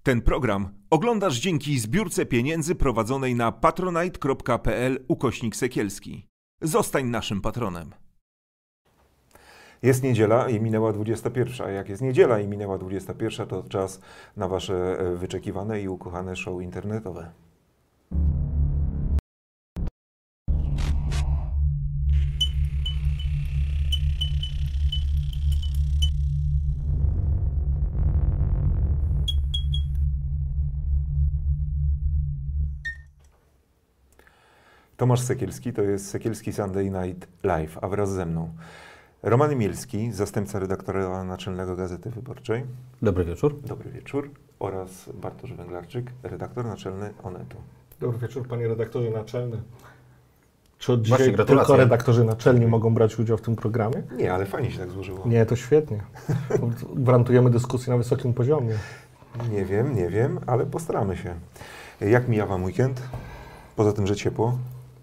Ten program oglądasz dzięki zbiórce pieniędzy prowadzonej na patronite.pl/Sekielski. Zostań naszym patronem. Jest niedziela i minęła 21. A jak jest niedziela i minęła 21, to czas na Wasze wyczekiwane i ukochane show internetowe. Tomasz Sekielski, to jest Sekielski Sunday Night Live, a wraz ze mną Roman Mielski, zastępca redaktora naczelnego Gazety Wyborczej. Dobry wieczór. Dobry wieczór. Oraz Bartosz Węglarczyk, redaktor naczelny Onetu. Dobry wieczór, panie redaktorze naczelny. Czy od dzisiaj tylko redaktorzy naczelni mogą brać udział w tym programie? Nie, ale fajnie się tak złożyło. Nie, to świetnie. Gwarantujemy dyskusję na wysokim poziomie. Nie wiem, ale postaramy się. Jak mija Wam weekend? Poza tym, że ciepło.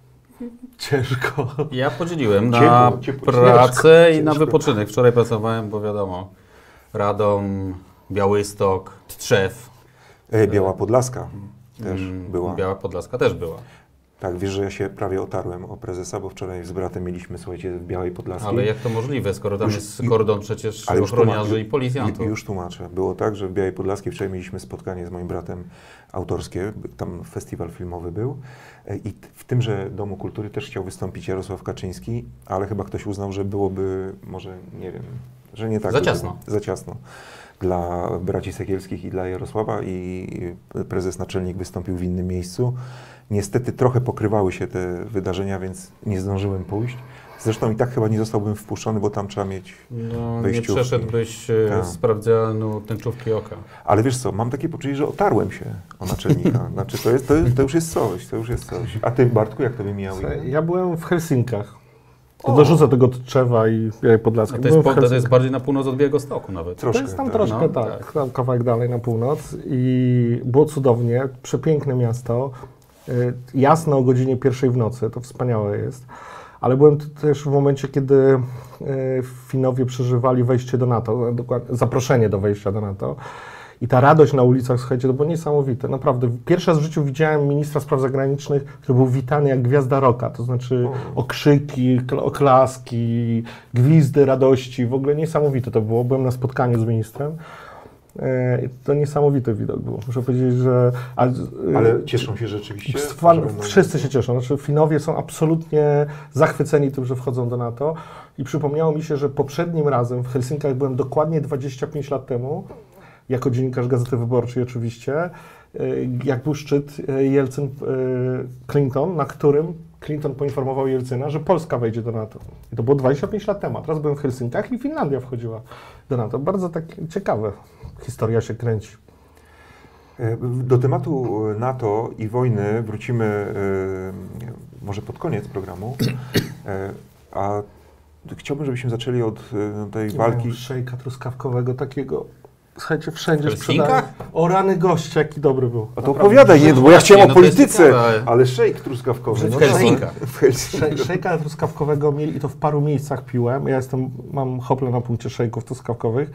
Ciężko. Ja podzieliłem na pracę i na wypoczynek. Wczoraj pracowałem, bo wiadomo, Radom, Białystok, Tczew. Biała Podlaska też była. Biała Podlaska też była. Tak, wiesz, że ja się prawie otarłem o prezesa, bo wczoraj z bratem mieliśmy, słuchajcie, w Białej Podlaskiej. Ale jak to możliwe, skoro tam jest kordon przecież ochroniarzy i policjantów? Już tłumaczę. Było tak, że w Białej Podlaskiej wczoraj mieliśmy spotkanie z moim bratem autorskie, tam festiwal filmowy był i w tymże Domu Kultury też chciał wystąpić Jarosław Kaczyński, ale chyba ktoś uznał, że byłoby może, nie wiem, że nie tak. Za ciasno dla braci Sekielskich i dla Jarosława i prezes naczelnik wystąpił w innym miejscu. Niestety trochę pokrywały się te wydarzenia, więc nie zdążyłem pójść. Zresztą i tak chyba nie zostałbym wpuszczony, bo tam trzeba mieć wejściówki. Nie przeszedłbyś sprawdzianu tęczówki oka. Ale wiesz co, mam takie poczucie, że otarłem się o naczelnika. Znaczy to już jest coś, A ty, Bartku, jak to by mijało? Ja byłem w Helsinkach. Dorzucę tego Tczewa i Białej Podlaskiej. To jest bardziej na północ od Białegostoku nawet. Troszkę, to jest tam troszkę, tak. Kawałek dalej na północ. I było cudownie, przepiękne miasto. Jasno o godzinie 1 w nocy, to wspaniałe jest. Ale byłem też w momencie, kiedy Finowie przeżywali wejście do NATO, dokładnie zaproszenie do wejścia do NATO. I ta radość na ulicach, słuchajcie, to było niesamowite. Naprawdę, pierwszy raz w życiu widziałem ministra spraw zagranicznych, który był witany jak gwiazda rocka. To znaczy okrzyki, oklaski, gwizdy radości. W ogóle niesamowite to było. Byłem na spotkaniu z ministrem. To niesamowity widok był. Muszę powiedzieć, że... Ale cieszą się rzeczywiście? Wszyscy się cieszą. Znaczy, Finowie są absolutnie zachwyceni tym, że wchodzą do NATO. I przypomniało mi się, że poprzednim razem w Helsinkach byłem dokładnie 25 lat temu, jako dziennikarz Gazety Wyborczej oczywiście, jak był szczyt Jelcyn-Clinton, na którym Clinton poinformował Jelcyna, że Polska wejdzie do NATO. I to było 25 lat temu. Teraz byłem w Helsinkach i Finlandia wchodziła do NATO. Bardzo tak ciekawe. Historia się kręci. Do tematu NATO i wojny wrócimy może pod koniec programu, a chciałbym, żebyśmy zaczęli od tej walki. Szejka truskawkowego takiego. Słuchajcie, wszędzie sprzedają. O rany goście, jaki dobry był. A to opowiadaj, nie, bo ja chciałem o polityce, ale szejk truskawkowy. W Helsinkach. Szejka truskawkowego mieli i to w paru miejscach piłem. Ja mam hople na punkcie szejków truskawkowych.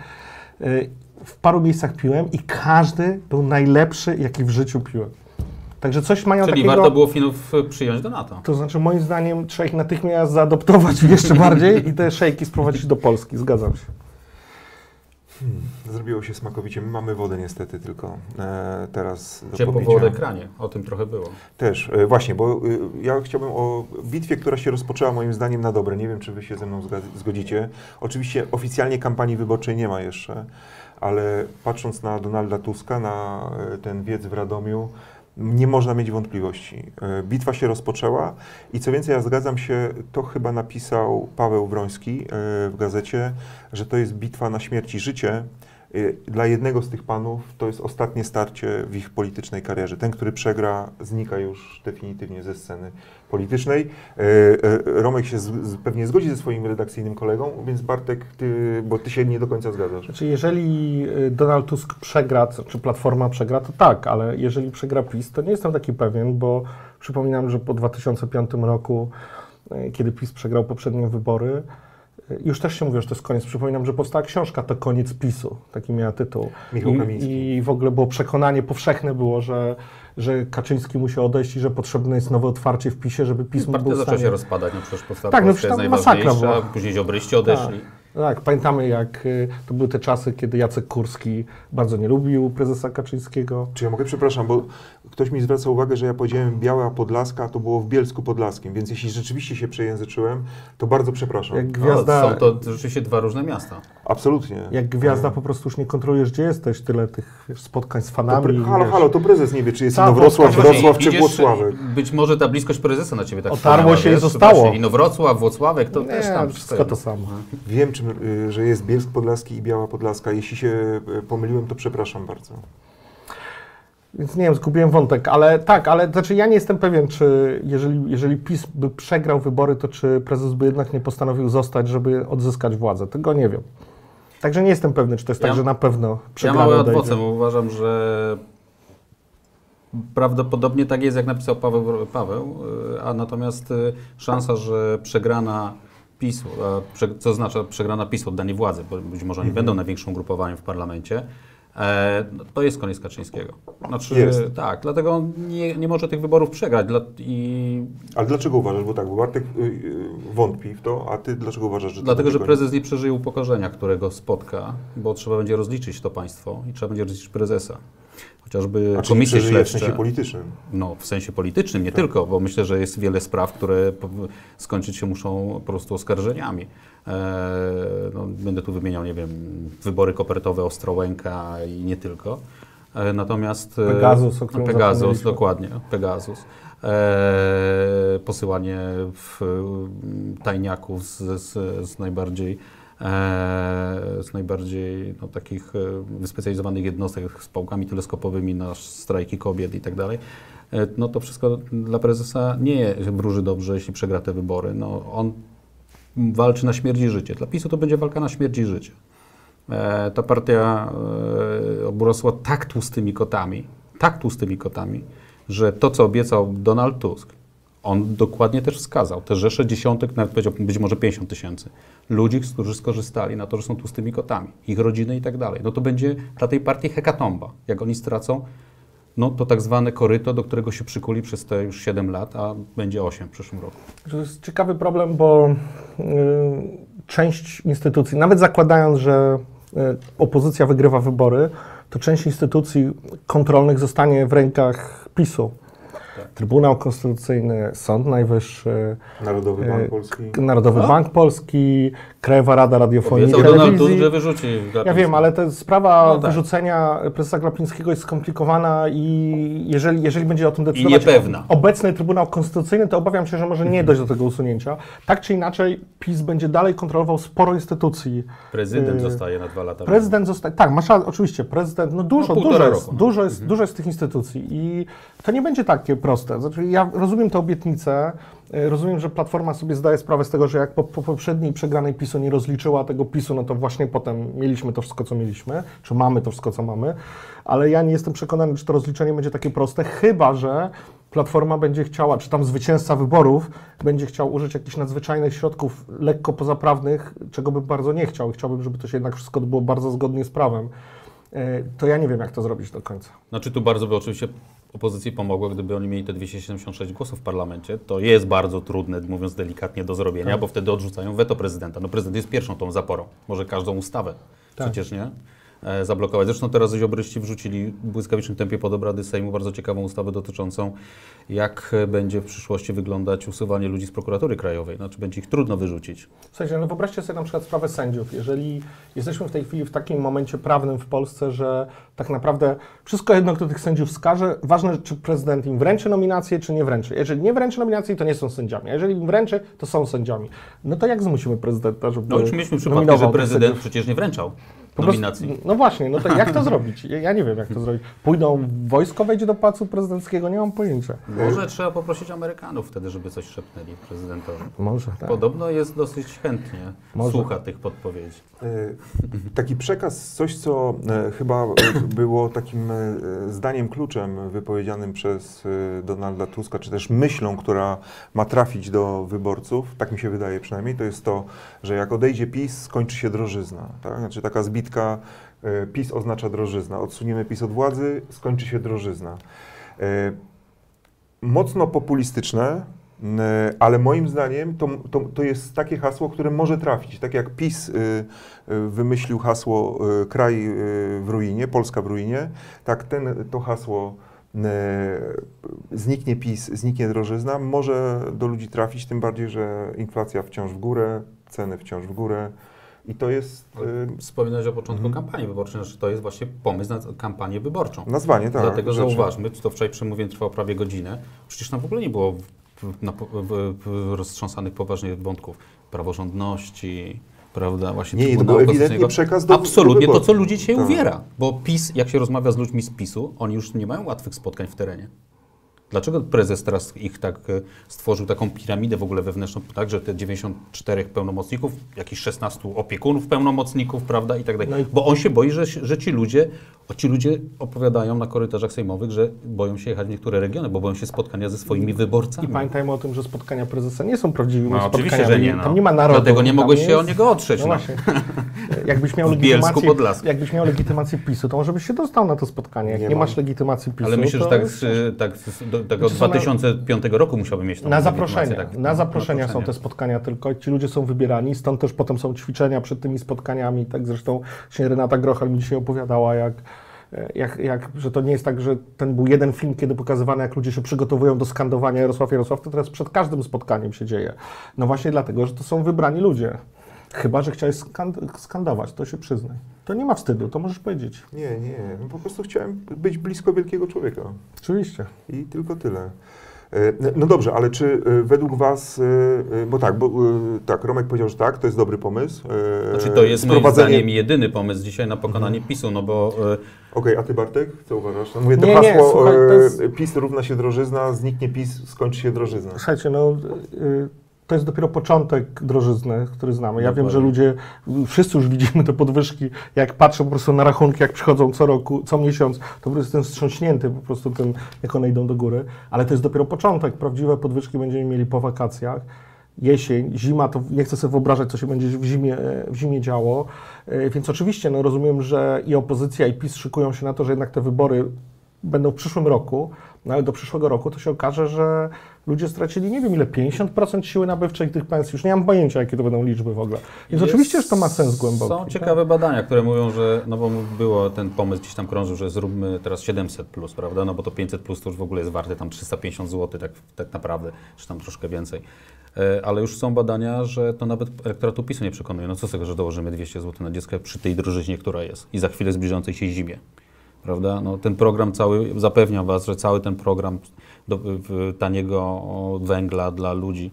W paru miejscach piłem i każdy był najlepszy, jaki w życiu piłem. Także coś mają Czyli takiego... warto było Finów przyjąć do NATO. To znaczy, moim zdaniem, trzeba ich natychmiast zaadoptować jeszcze bardziej i te szejki sprowadzić do Polski. Zgadzam się. Zrobiło się smakowicie. My mamy wodę niestety tylko teraz do ciepłą popicia. wodę kranie, o tym trochę było. Też, właśnie, bo ja chciałbym o bitwie, która się rozpoczęła moim zdaniem na dobre. Nie wiem, czy wy się ze mną zgodzicie. Oczywiście oficjalnie kampanii wyborczej nie ma jeszcze, ale patrząc na Donalda Tuska, na ten wiec w Radomiu, nie można mieć wątpliwości. Bitwa się rozpoczęła i co więcej, ja zgadzam się, to chyba napisał Paweł Wroński w gazecie, że to jest bitwa na śmierć i życie. Dla jednego z tych panów to jest ostatnie starcie w ich politycznej karierze. Ten, który przegra, znika już definitywnie ze sceny politycznej. Romek się pewnie zgodzi ze swoim redakcyjnym kolegą, więc Bartek, bo ty się nie do końca zgadzasz. Znaczy, jeżeli Donald Tusk przegra, czy Platforma przegra, to tak, ale jeżeli przegra PiS, to nie jestem taki pewien, bo przypominam, że po 2005 roku, kiedy PiS przegrał poprzednie wybory, już też się mówiło, że to jest koniec. Przypominam, że powstała książka To koniec PiS-u, taki miała tytuł. Michał Kamiński. I w ogóle było przekonanie powszechne było, że Kaczyński musi odejść i że potrzebne jest nowe otwarcie w PiS-ie, żeby PiS mógł Partia zaczęła się rozpadać, no przecież podstawa Tak, no Polska jest przecież tam masakra najważniejsza, była. później ziobryści odeszli. Tak, pamiętamy jak to były te czasy, kiedy Jacek Kurski bardzo nie lubił prezesa Kaczyńskiego. Czy ja mogę, przepraszam, bo ktoś mi zwraca uwagę, że ja powiedziałem Biała Podlaska, a to było w Bielsku Podlaskim, więc jeśli rzeczywiście się przejęzyczyłem, to bardzo przepraszam. Jak gwiazda, No, są to rzeczywiście dwa różne miasta. Absolutnie. jak gwiazda po prostu już nie kontrolujesz, gdzie jesteś, tyle tych spotkań z fanami. Halo, to prezes nie wie, czy jest Tak, Inowrocław, właśnie, Wrocław czy Widzisz, Włocławek. Być może ta bliskość prezesa na ciebie tak Otarło wpłynęła, się i wiesz? zostało. Właśnie, Inowrocław, Włocławek, to też tam wszystko to samo. Wiem, że jest Bielsk Podlaski i Biała Podlaska. Jeśli się pomyliłem, to przepraszam bardzo. Więc nie wiem, zgubiłem wątek, ale tak, ale znaczy ja nie jestem pewien, czy jeżeli PiS by przegrał wybory, to czy prezes by jednak nie postanowił zostać, żeby odzyskać władzę. Tego nie wiem. Także nie jestem pewny, czy to jest tak, że na pewno Ja przegrany mały odejdzie. adwocem, uważam, że prawdopodobnie tak jest, jak napisał Paweł, a natomiast szansa, że przegrana PiS-u, co oznacza przegrana PiS-u, oddanie władzy, bo być może oni będą największym ugrupowaniem w parlamencie, to jest koniec Kaczyńskiego. Znaczy, Jest. tak, dlatego on nie może tych wyborów przegrać. Ale dlaczego uważasz, bo tak, bo Bartek wątpi w to, a ty dlaczego uważasz, że to Dlatego, będzie że koniec? prezes nie przeżyje upokorzenia, którego spotka, bo trzeba będzie rozliczyć to państwo i trzeba będzie rozliczyć prezesa. Chociażby A czy komisje przeżyje w śledcze. sensie politycznym? No, w sensie politycznym, nie tylko, bo myślę, że jest wiele spraw, które skończyć się muszą po prostu oskarżeniami. No, będę tu wymieniał, nie wiem, wybory kopertowe Ostrołęka i nie tylko. Natomiast Pegasus, o którym Pegasus, zapomnieliśmy. dokładnie, Pegasus. Posyłanie tajniaków z najbardziej no, takich wyspecjalizowanych jednostek z pałkami teleskopowymi na strajki kobiet i tak dalej. No to wszystko dla prezesa nie wróży dobrze, jeśli przegra te wybory. No, on walczy na śmierć i życie. Dla PiS-u to będzie walka na śmierć i życie. Ta partia obrosła tak tłustymi kotami, że to, co obiecał Donald Tusk, on dokładnie też wskazał. Te rzesze dziesiątek, nawet powiedział być może 50 tysięcy ludzi, którzy skorzystali na to, że są tłustymi kotami, ich rodziny i tak dalej. No to będzie dla tej partii hekatomba. Jak oni stracą, no to tak zwane koryto, do którego się przykuli przez te już 7 lat, a będzie 8 w przyszłym roku. To jest ciekawy problem, bo część instytucji, nawet zakładając, że opozycja wygrywa wybory, to część instytucji kontrolnych zostanie w rękach PiS-u. Trybunał Konstytucyjny, Sąd Najwyższy, Narodowy Bank Polski. Narodowy Bank Polski, Krajowa Rada Radiofonii i Obiecał Donald Tusk, Telewizji. że wyrzuci Glapińskiego. Ja wiem, ale ta sprawa No tak. wyrzucenia prezesa Glapińskiego jest skomplikowana i jeżeli będzie o tym decydować niepewna. obecny Trybunał Konstytucyjny, to obawiam się, że może nie dojść do tego usunięcia. Tak czy inaczej, PiS będzie dalej kontrolował sporo instytucji. Prezydent zostaje na 2 lata. Prezydent zostaje, tak, masz rację, oczywiście, prezydent, no dużo jest, dużo jest tych instytucji i to nie będzie takie proste. Znaczy, ja rozumiem te obietnice, rozumiem, że Platforma sobie zdaje sprawę z tego, że jak po poprzedniej przegranej PiS-u nie rozliczyła tego PiS-u, no to właśnie potem mieliśmy to wszystko, co mieliśmy, czy mamy to wszystko, co mamy, ale ja nie jestem przekonany, czy to rozliczenie będzie takie proste, chyba że Platforma będzie chciała, czy tam zwycięzca wyborów będzie chciał użyć jakichś nadzwyczajnych środków lekko pozaprawnych, czego bym bardzo nie chciał. Chciałbym, żeby to się jednak wszystko było bardzo zgodnie z prawem. To ja nie wiem, jak to zrobić do końca. Znaczy tu bardzo by oczywiście opozycji pomogło, gdyby oni mieli te 276 głosów w parlamencie. To jest bardzo trudne, mówiąc delikatnie, do zrobienia, bo wtedy odrzucają weto prezydenta. No prezydent jest pierwszą tą zaporą. Może każdą ustawę przecież nie zablokować. Zresztą teraz ziobryści wrzucili w błyskawicznym tempie pod obrady Sejmu bardzo ciekawą ustawę dotyczącą, jak będzie w przyszłości wyglądać usuwanie ludzi z prokuratury krajowej. Znaczy będzie ich trudno wyrzucić. Słuchajcie, no wyobraźcie sobie na przykład sprawę sędziów. Jeżeli jesteśmy w tej chwili w takim momencie prawnym w Polsce, że tak naprawdę wszystko jedno, kto tych sędziów wskaże, ważne, czy prezydent im wręczy nominację, czy nie wręczy. Jeżeli nie wręczy nominacji, to nie są sędziami, a jeżeli im wręczy, to są sędziami. No to jak zmusimy prezydenta, żeby No już mieliśmy przypadki, nominował że tych prezydent sędziów? przecież nie wręczał. Po prostu- nominacji. No właśnie, no to jak to zrobić? Ja nie wiem, jak to zrobić. Pójdą, wojsko wejdzie do Pałacu Prezydenckiego, nie mam pojęcia. Może trzeba poprosić Amerykanów wtedy, żeby coś szepnęli prezydentowi. Może, tak. Podobno jest dosyć chętnie, Może. słucha tych podpowiedzi. Taki przekaz, coś co chyba było takim zdaniem kluczem wypowiedzianym przez Donalda Tuska, czy też myślą, która ma trafić do wyborców, tak mi się wydaje przynajmniej, to jest to, że jak odejdzie PiS, skończy się drożyzna. Tak? Znaczy taka zbitka, PiS oznacza drożyzna. Odsuniemy PiS od władzy, skończy się drożyzna. Mocno populistyczne, ale moim zdaniem to jest takie hasło, które może trafić. Tak jak PiS wymyślił hasło kraj w ruinie, Polska w ruinie, tak to hasło zniknie PiS, zniknie drożyzna, może do ludzi trafić, tym bardziej, że inflacja wciąż w górę, ceny wciąż w górę. I to jest... Wspominałeś o początku kampanii wyborczej, że to jest właśnie pomysł na kampanię wyborczą. Nazwanie, tak. Dlatego zauważmy, to wczoraj przemówienie trwało prawie godzinę, przecież tam w ogóle nie było roztrząsanych poważnych wątków praworządności, prawda, właśnie Nie, to Trybunału był ewidentnie Konstytucyjnego. przekaz do Absolutnie to, wyborców. co ludzi dzisiaj Tak. uwiera, bo PiS, jak się rozmawia z ludźmi z PiS-u, oni już nie mają łatwych spotkań w terenie. Dlaczego prezes teraz ich tak stworzył taką piramidę w ogóle wewnętrzną, tak, że te 94 pełnomocników, jakichś 16 opiekunów pełnomocników, prawda, i tak dalej. No i- Bo on się boi, że ci ludzie opowiadają na korytarzach sejmowych, że boją się jechać w niektóre regiony, bo boją się spotkania ze swoimi wyborcami. I pamiętajmy o tym, że spotkania prezesa nie są prawdziwymi No, spotkaniami. oczywiście, że nie. No. Tam nie ma narodu. Dlatego nie tam mogłeś jest- się od niego otrzeć. No No. właśnie. Jakbyś miał W Bielsku legitymację, Podlaskim. jakbyś miał legitymację PiS-u, to może byś się dostał na to spotkanie. Jak Nie nie mam. masz legitymacji PiS-u, Ale myślę, że to tak, jest- tak od Znaczy są na- 2005 roku musiałby mieć tą Na legitymację, zaproszenia. tak. Na zaproszenia są te spotkania tylko. Ci ludzie są wybierani, stąd też potem są ćwiczenia przed tymi spotkaniami. Tak zresztą się Renata Grochal mi dzisiaj opowiadała, że to nie jest tak, że ten był jeden film, kiedy pokazywano, jak ludzie się przygotowują do skandowania Jarosław, to teraz przed każdym spotkaniem się dzieje. No właśnie dlatego, że to są wybrani ludzie. Chyba że chciałeś skandować, to się przyznaj. To nie ma wstydu, to możesz powiedzieć. Nie, no po prostu chciałem być blisko wielkiego człowieka. Oczywiście. I tylko tyle. No dobrze, ale czy według Was, tak, Romek powiedział, że tak, to jest dobry pomysł. Znaczy to jest moim zdaniem jedyny pomysł dzisiaj na pokonanie PiS-u, no bo Okej, a Ty Bartek, co uważasz? No mówię, to Nie, hasło słuchaj, to jest- PiS równa się drożyzna, zniknie PiS, skończy się drożyzna. Słuchajcie, to jest dopiero początek drożyzny, który znamy. Ja wiem, że ludzie, wszyscy już widzimy te podwyżki, jak patrzę po prostu na rachunki, jak przychodzą co roku, co miesiąc, to po prostu jestem wstrząśnięty po prostu tym, jak one idą do góry. Ale to jest dopiero początek. Prawdziwe podwyżki będziemy mieli po wakacjach. Jesień, zima, to nie chcę sobie wyobrażać, co się będzie w zimie działo. Więc oczywiście rozumiem, że i opozycja, i PiS szykują się na to, że jednak te wybory będą w przyszłym roku, no ale do przyszłego roku to się okaże, że ludzie stracili, nie wiem ile, 50% siły nabywczej tych pensji. Już nie mam pojęcia, jakie to będą liczby w ogóle. Więc oczywiście, że to ma sens głęboki. Są ciekawe badania, które mówią, że, no bo było ten pomysł gdzieś tam krążył, że zróbmy teraz 700+, prawda, no bo to 500+ to już w ogóle jest warte tam 350 zł tak naprawdę, czy tam troszkę więcej. Ale już są badania, że to nawet elektoratu PiS-u nie przekonuje. No co z tego, że dołożymy 200 zł na dziecko przy tej drożyźnie, która jest i za chwilę zbliżającej się zimie. Prawda? No, ten program cały, zapewniam Was, że cały ten program taniego węgla dla ludzi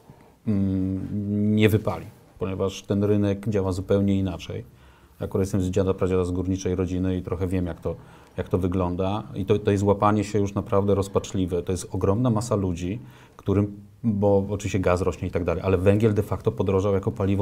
nie wypali, ponieważ ten rynek działa zupełnie inaczej. Akurat jestem z dziada, pradziada z górniczej rodziny i trochę wiem, jak to wygląda. I to jest łapanie się już naprawdę rozpaczliwe. To jest ogromna masa ludzi, którym, bo oczywiście gaz rośnie i tak dalej, ale węgiel de facto podrożał jako paliwo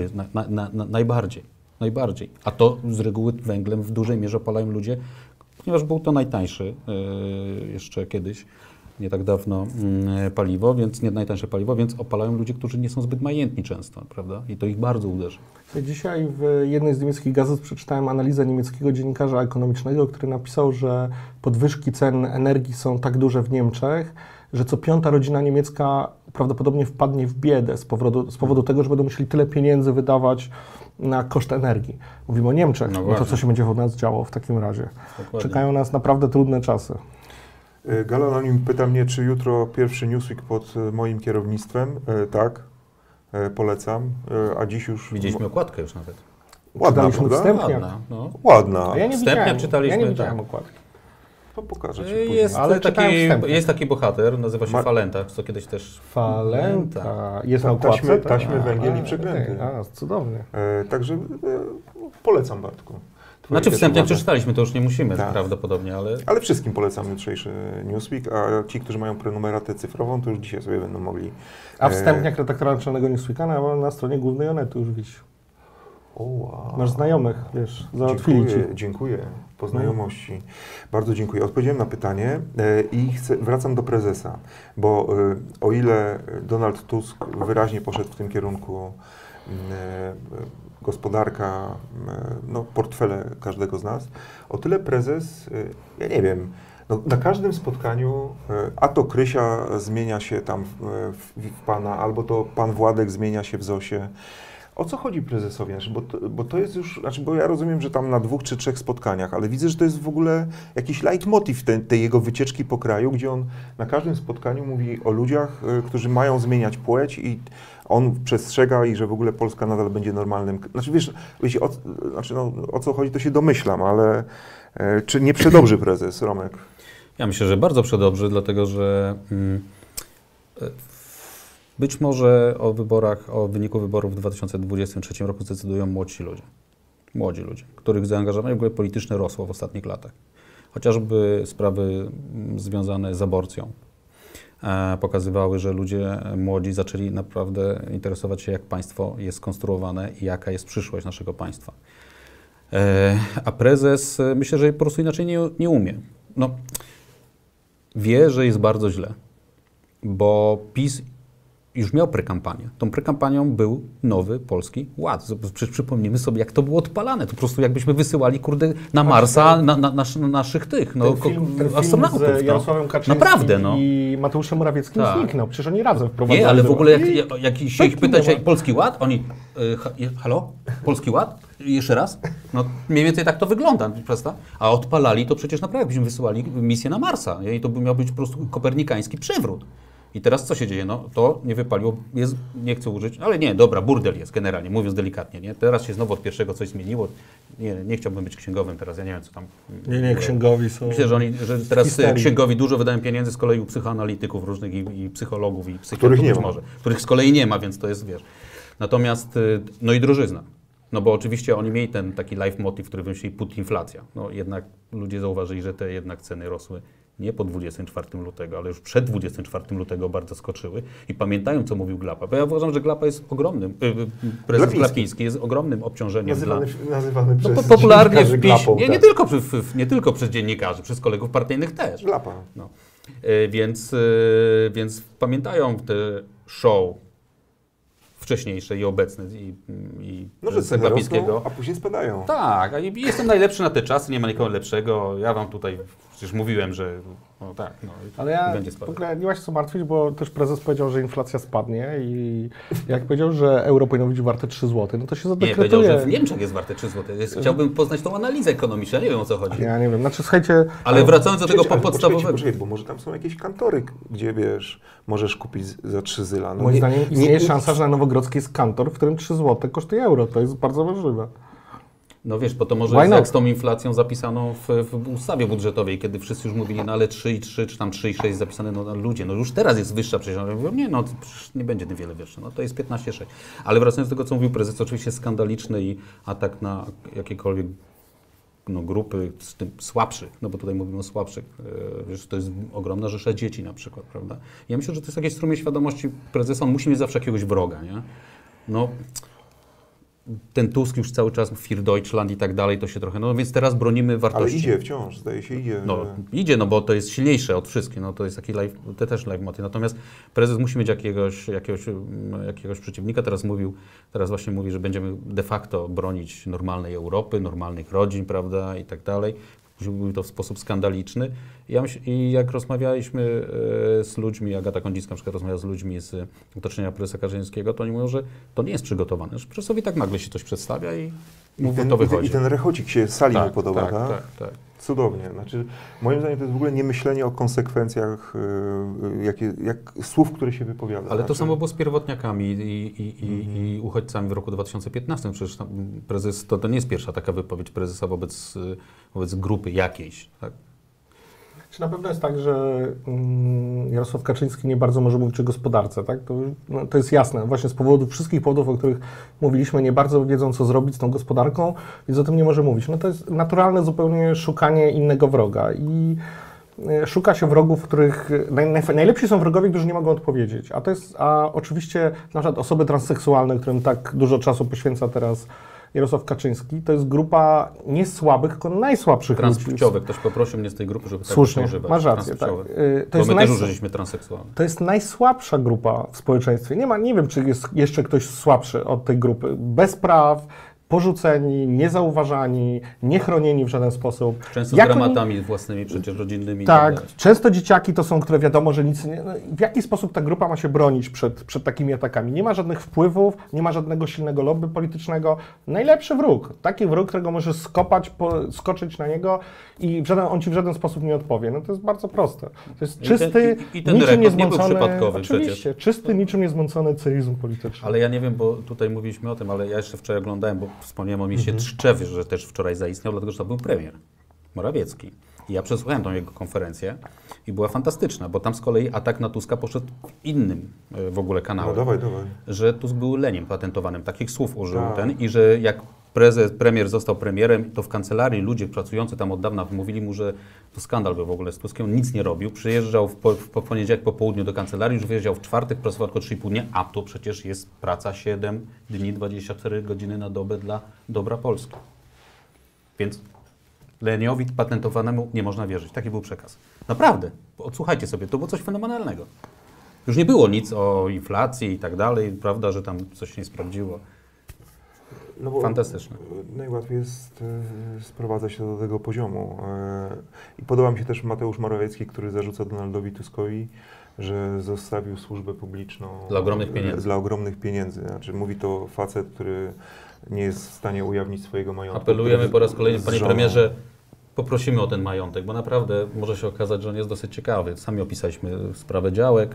najbardziej. A to z reguły węglem w dużej mierze opalają ludzie, ponieważ był to najtańszy jeszcze kiedyś, nie tak dawno najtańsze paliwo, więc opalają ludzie, którzy nie są zbyt majętni często, prawda? I to ich bardzo uderzy. Dzisiaj w jednej z niemieckich gazet przeczytałem analizę niemieckiego dziennikarza ekonomicznego, który napisał, że podwyżki cen energii są tak duże w Niemczech, że co piąta rodzina niemiecka prawdopodobnie wpadnie w biedę z powodu tego, że będą musieli tyle pieniędzy wydawać na koszt energii. Mówimy o Niemczech, no to co się będzie u nas działo w takim razie. Dokładnie. Czekają nas naprawdę trudne czasy. Gala Anonim pyta mnie, czy jutro pierwszy Newsweek pod moim kierownictwem. Tak, polecam. A dziś już... Widzieliśmy okładkę już nawet. Ładna, Czytaliśmy prawda? wstępniak. Ładna, no. Ładna. A ja nie Wstępniak widziałem, czytaliśmy, ja nie widziałem tak. okładki. To pokażę Ci później. Jest, czytałem wstępnie. jest taki bohater, nazywa się Falenta, co kiedyś też... Falenta. Jest na okładce? Taśmy, węgiel i przekręty. Cudownie. Także Polecam, Bartku. Znaczy wstępnie uwagi. przeczytaliśmy, to już nie musimy Tak. prawdopodobnie, ale... Ale wszystkim polecam jutrzejszy Newsweek, a ci, którzy mają prenumeratę cyfrową, to już dzisiaj sobie będą mogli... A wstępniak redaktora naczelnego Newsweeka na stronie głównej Onetu już wisi. O, wow. Masz znajomych, wiesz, załatwili ci. Dziękuję. Po znajomości. Bardzo dziękuję. Odpowiedziałem na pytanie i wracam do prezesa, bo o ile Donald Tusk wyraźnie poszedł w tym kierunku gospodarka, no, portfele każdego z nas, o tyle prezes, ja nie wiem, no, na każdym spotkaniu a to Krysia zmienia się tam w pana, albo to pan Władek zmienia się w Zosie. O co chodzi prezesowi? Znaczy, bo to jest już, znaczy, bo ja rozumiem, że tam na 2 czy 3 spotkaniach, ale widzę, że to jest w ogóle jakiś leitmotiv tej jego wycieczki po kraju, gdzie on na każdym spotkaniu mówi o ludziach, którzy mają zmieniać płeć i on przestrzega i że w ogóle Polska nadal będzie normalnym. Znaczy, wiecie, o co chodzi, to się domyślam, ale czy nie przedobrzy prezes, Romek? Ja myślę, że bardzo przedobrzy, dlatego że być może o wyniku wyborów w 2023 roku zdecydują młodzi ludzie, których zaangażowanie w ogóle polityczne rosło w ostatnich latach. Chociażby sprawy związane z aborcją pokazywały, że ludzie młodzi zaczęli naprawdę interesować się, jak państwo jest skonstruowane i jaka jest przyszłość naszego państwa. A prezes, myślę, że po prostu inaczej nie umie. No, wie, że jest bardzo źle, bo PiS już miał prekampanię. Tą prekampanią był Nowy Polski Ład. Przecież przypomnijmy sobie, jak to było odpalane. To po prostu jakbyśmy wysyłali, kurde, na Marsa naszych tych, no, ten film astronautów. z Jarosławem Kaczyńskim Naprawdę, no. i Mateuszem Morawieckim Tak. zniknął. Przecież oni razem wprowadzali. Nie, ale w ogóle I jak się ich pytać, Polski Ład, oni, halo? Polski Ład? Jeszcze raz? No mniej więcej tak to wygląda, prawda? A odpalali to przecież naprawdę, jakbyśmy wysyłali misję na Marsa. I to by miał być po prostu kopernikański przewrót. I teraz co się dzieje? No to nie wypaliło, nie chcę użyć, ale nie, dobra, burdel jest generalnie, mówiąc delikatnie, nie? Teraz się znowu od pierwszego coś zmieniło. Nie chciałbym być księgowym teraz, ja nie wiem co tam. Nie, księgowi są. Myślę, że teraz histerii. księgowi dużo wydają pieniędzy z kolei u psychoanalityków różnych i psychologów i psychiatrów Których nie być ma. może, których z kolei nie ma, więc to jest, wiesz. Natomiast, no i drożyzna. No bo oczywiście oni mieli ten taki leitmotiv, który wymyślili putinflacja. No jednak ludzie zauważyli, że te jednak ceny rosły nie po 24 lutego, ale już przed 24 lutego bardzo skoczyły i pamiętają, co mówił Glapa. Bo ja uważam, że Glapa jest ogromnym, prezes Glapiński jest ogromnym obciążeniem Nazywany przez popularnie w PiS, Glapą, nie tylko przez dziennikarzy, przez kolegów partyjnych też. Glapa. No. Więc pamiętają te show wcześniejsze i obecne i No, że ceny rosną, a później spadają. Tak, a jestem najlepszy na te czasy, nie ma nikogo lepszego. Ja wam tutaj przecież mówiłem, że no tak, no Ale ja będzie w spadać. ogóle nie ma się co martwić, bo też prezes powiedział, że inflacja spadnie i jak powiedział, że euro powinno być warte 3 zł, no to się Nie, powiedział, zadekretuje. że w Niemczech jest warte 3 zł. Chciałbym poznać tą analizę ekonomiczną, ja nie wiem o co chodzi. Ja nie wiem, znaczy słuchajcie, Ale wracając do tego Ale podstawowego... poczekajcie, bo może tam są jakieś kantory, gdzie wiesz, możesz kupić za 3 zyla. No moim nie- zdaniem nie- istnieje szansa, że na Nowogrodzkiej jest kantor, w którym 3 zł kosztuje euro. To jest bardzo możliwe. No wiesz, bo to może Why jest not? jak z tą inflacją zapisaną w ustawie budżetowej, kiedy wszyscy już mówili, no ale 3,3 czy tam 3,6 zapisane, no ludzie, no już teraz jest wyższa przecież. Ja mówię, nie, no przecież nie będzie niewiele wyższe, no to jest 15,6. Ale wracając do tego, co mówił prezes, to oczywiście skandaliczny i atak na jakiekolwiek grupy z tym słabszych, no bo tutaj mówimy o słabszych, wiesz, to jest ogromna rzesza dzieci na przykład, prawda? Ja myślę, że to jest jakieś strumień świadomości prezesa, on musi mieć zawsze jakiegoś wroga, nie? No, ten Tusk już cały czas, Für Deutschland i tak dalej, to się trochę, no więc teraz bronimy wartości. Ale idzie wciąż, zdaje się, idzie. No, idzie, no bo to jest silniejsze od wszystkich, no to jest taki to też live motyw. Natomiast prezes musi mieć jakiegoś przeciwnika. Teraz właśnie mówi, że będziemy de facto bronić normalnej Europy, normalnych rodzin, prawda, i tak dalej. Mówił to w sposób skandaliczny. I jak rozmawialiśmy z ludźmi, Agata Kondzińska na przykład rozmawiała z ludźmi z otoczenia prezesa Kaczyńskiego, to oni mówią, że to nie jest przygotowane, że prezesowi tak nagle się coś przedstawia i to wychodzi. I ten rechocik się sali mu podoba, tak? Tak. Cudownie. Znaczy, moim zdaniem to jest w ogóle niemyślenie o konsekwencjach jak słów, które się wypowiada. Ale to Znaczy, samo było z pierwotniakami i uchodźcami w roku 2015. Przecież tam prezes, to nie jest pierwsza taka wypowiedź prezesa wobec grupy jakiejś. Tak? Czy na pewno jest tak, że Jarosław Kaczyński nie bardzo może mówić o gospodarce, tak? To jest jasne. Właśnie z wszystkich powodów, o których mówiliśmy, nie bardzo wiedzą, co zrobić z tą gospodarką, więc o tym nie może mówić. No to jest naturalne zupełnie szukanie innego wroga i szuka się wrogów, których najlepsi są wrogowie, którzy nie mogą odpowiedzieć. A oczywiście na przykład osoby transseksualne, którym tak dużo czasu poświęca teraz Jarosław Kaczyński, to jest grupa nie słabych, tylko najsłabszych ludzi. Transpłciowych. Ktoś poprosił mnie z tej grupy, żeby Słusznie, tak używać. masz rację. Tak. Bo my też użyliśmy transseksualnych. To jest najsłabsza grupa w społeczeństwie. Nie wiem, czy jest jeszcze ktoś słabszy od tej grupy. Bez praw, porzuceni, niezauważani, niechronieni w żaden sposób. Często z dramatami własnymi, przecież rodzinnymi. Tak, często dzieciaki to są, które wiadomo, że nic nie... W jaki sposób ta grupa ma się bronić przed takimi atakami? Nie ma żadnych wpływów, nie ma żadnego silnego lobby politycznego. Najlepszy wróg, taki wróg, którego możesz skoczyć na niego i on ci w żaden sposób nie odpowie. No to jest bardzo proste. To jest czysty, I ten niczym rekord nie był niezmącony... przypadkowy Oczywiście, przecież. czysty, niczym niezmącony cynizm polityczny. Ale ja nie wiem, bo tutaj mówiliśmy o tym, ale ja jeszcze wczoraj oglądałem, bo wspomniałem o mieście Tczew, że też wczoraj zaistniał, dlatego że to był premier Morawiecki. I ja przesłuchałem tą jego konferencję i była fantastyczna, bo tam z kolei atak na Tuska poszedł innym w ogóle kanałem. No dawaj. Że Tusk był leniem patentowanym, takich słów użył Tak. i że jak premier został premierem, to w kancelarii ludzie pracujący tam od dawna mówili mu, że to skandal był w ogóle z Tuskiem, on nic nie robił, przyjeżdżał w poniedziałek po południu do kancelarii, już wyjeżdżał w czwartek, pracował tylko 3,5 dnia, a to przecież jest praca 7 dni, 24 godziny na dobę dla dobra Polski. Więc leniowi patentowanemu nie można wierzyć. Taki był przekaz. Naprawdę, odsłuchajcie sobie, to było coś fenomenalnego. Już nie było nic o inflacji i tak dalej, prawda, że tam coś się nie sprawdziło. No bo fantastyczne. Najłatwiej jest sprowadzać się do tego poziomu. I podoba mi się też Mateusz Morawiecki, który zarzuca Donaldowi Tuskowi, że zostawił służbę publiczną Dla ogromnych pieniędzy. Dla ogromnych pieniędzy. Znaczy, mówi to facet, który nie jest w stanie ujawnić swojego majątku. Apelujemy po raz kolejny, panie żoną. premierze, poprosimy o ten majątek, bo naprawdę może się okazać, że on jest dosyć ciekawy. Sami opisaliśmy sprawę działek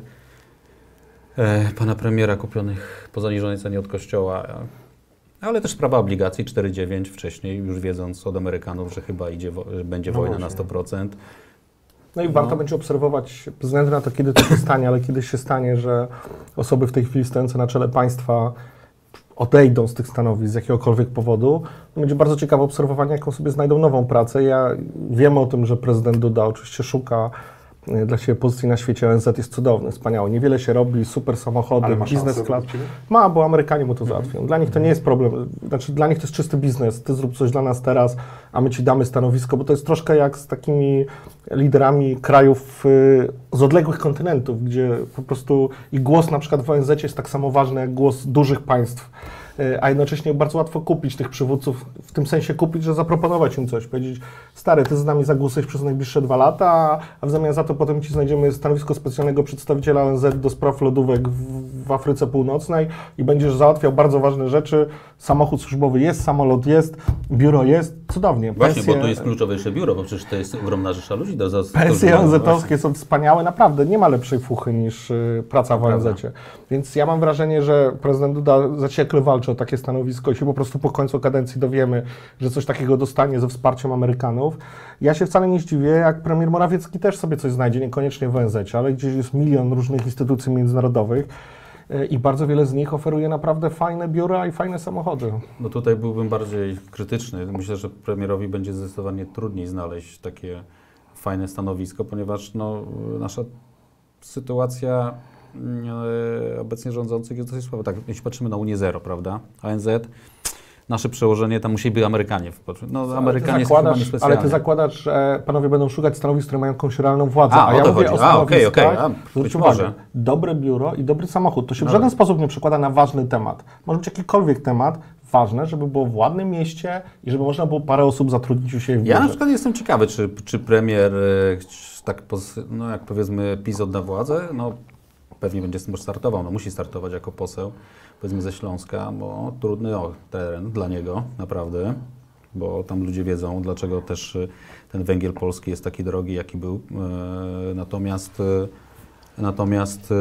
pana premiera kupionych po zaniżonej cenie od Kościoła, ale też sprawa obligacji 4,9 wcześniej, już wiedząc od Amerykanów, że chyba że będzie wojna na 100%. No i warto będzie obserwować, bez względu na to, kiedy to się stanie, ale kiedy się stanie, że osoby w tej chwili stojące na czele państwa odejdą z tych stanowisk z jakiegokolwiek powodu, to będzie bardzo ciekawe obserwowanie, jaką sobie znajdą nową pracę. Ja wiem o tym, że prezydent Duda oczywiście szuka dla siebie pozycji na świecie. ONZ jest cudowny, wspaniały. Niewiele się robi, super samochody, Ale ma biznes szansę class. według ciebie? Ma, bo Amerykanie mu to załatwią. Dla nich to nie jest problem. Znaczy, dla nich to jest czysty biznes. Ty zrób coś dla nas teraz, a my ci damy stanowisko, bo to jest troszkę jak z takimi liderami krajów z odległych kontynentów, gdzie po prostu i głos na przykład w ONZ jest tak samo ważny jak głos dużych państw, a jednocześnie bardzo łatwo kupić tych przywódców, w tym sensie kupić, że zaproponować im coś, powiedzieć, stary, ty z nami zagłosujesz przez najbliższe 2 lata, a w zamian za to potem ci znajdziemy stanowisko specjalnego przedstawiciela ONZ do spraw lodówek w Afryce Północnej i będziesz załatwiał bardzo ważne rzeczy, samochód służbowy jest, samolot jest, biuro jest, cudownie. Właśnie, bo tu jest kluczowe jeszcze biuro, bo przecież to jest ogromna rzesza ludzi. Pensje ONZ-owskie są wspaniałe, naprawdę, nie ma lepszej fuchy niż praca w ONZ-cie. Więc ja mam wrażenie, że prezydent Duda zaciekle walczy o takie stanowisko i się po prostu po końcu kadencji dowiemy, że coś takiego dostanie ze wsparciem Amerykanów. Ja się wcale nie zdziwię, jak premier Morawiecki też sobie coś znajdzie, niekoniecznie w ONZ-cie, ale gdzieś jest milion różnych instytucji międzynarodowych i bardzo wiele z nich oferuje naprawdę fajne biura i fajne samochody. No tutaj byłbym bardziej krytyczny. Myślę, że premierowi będzie zdecydowanie trudniej znaleźć takie fajne stanowisko, ponieważ no, nasza sytuacja obecnie rządzących jest dosyć słaba. Tak, jeśli patrzymy na Unię Zero, prawda? ONZ, nasze przełożenie, tam musieliby Amerykanie. No, Amerykanie są chyba niespecjalnie. Ale ty zakładasz, że panowie będą szukać stanowisk, które mają jakąś realną władzę. A ja to mówię chodzi. o stanowiskach, Być może. dobre biuro i dobry samochód. To się w żaden sposób nie przekłada na ważny temat. Może być jakikolwiek temat, ważne, żeby było w ładnym mieście i żeby można było parę osób zatrudnić u siebie w biurze. Ja na przykład jestem ciekawy, czy premier, tak no jak powiedzmy PiS odda władzę, no pewnie będzie startował, no musi startować jako poseł, powiedzmy ze Śląska, bo trudny teren dla niego, naprawdę, bo tam ludzie wiedzą, dlaczego też ten węgiel polski jest taki drogi, jaki był. Natomiast Natomiast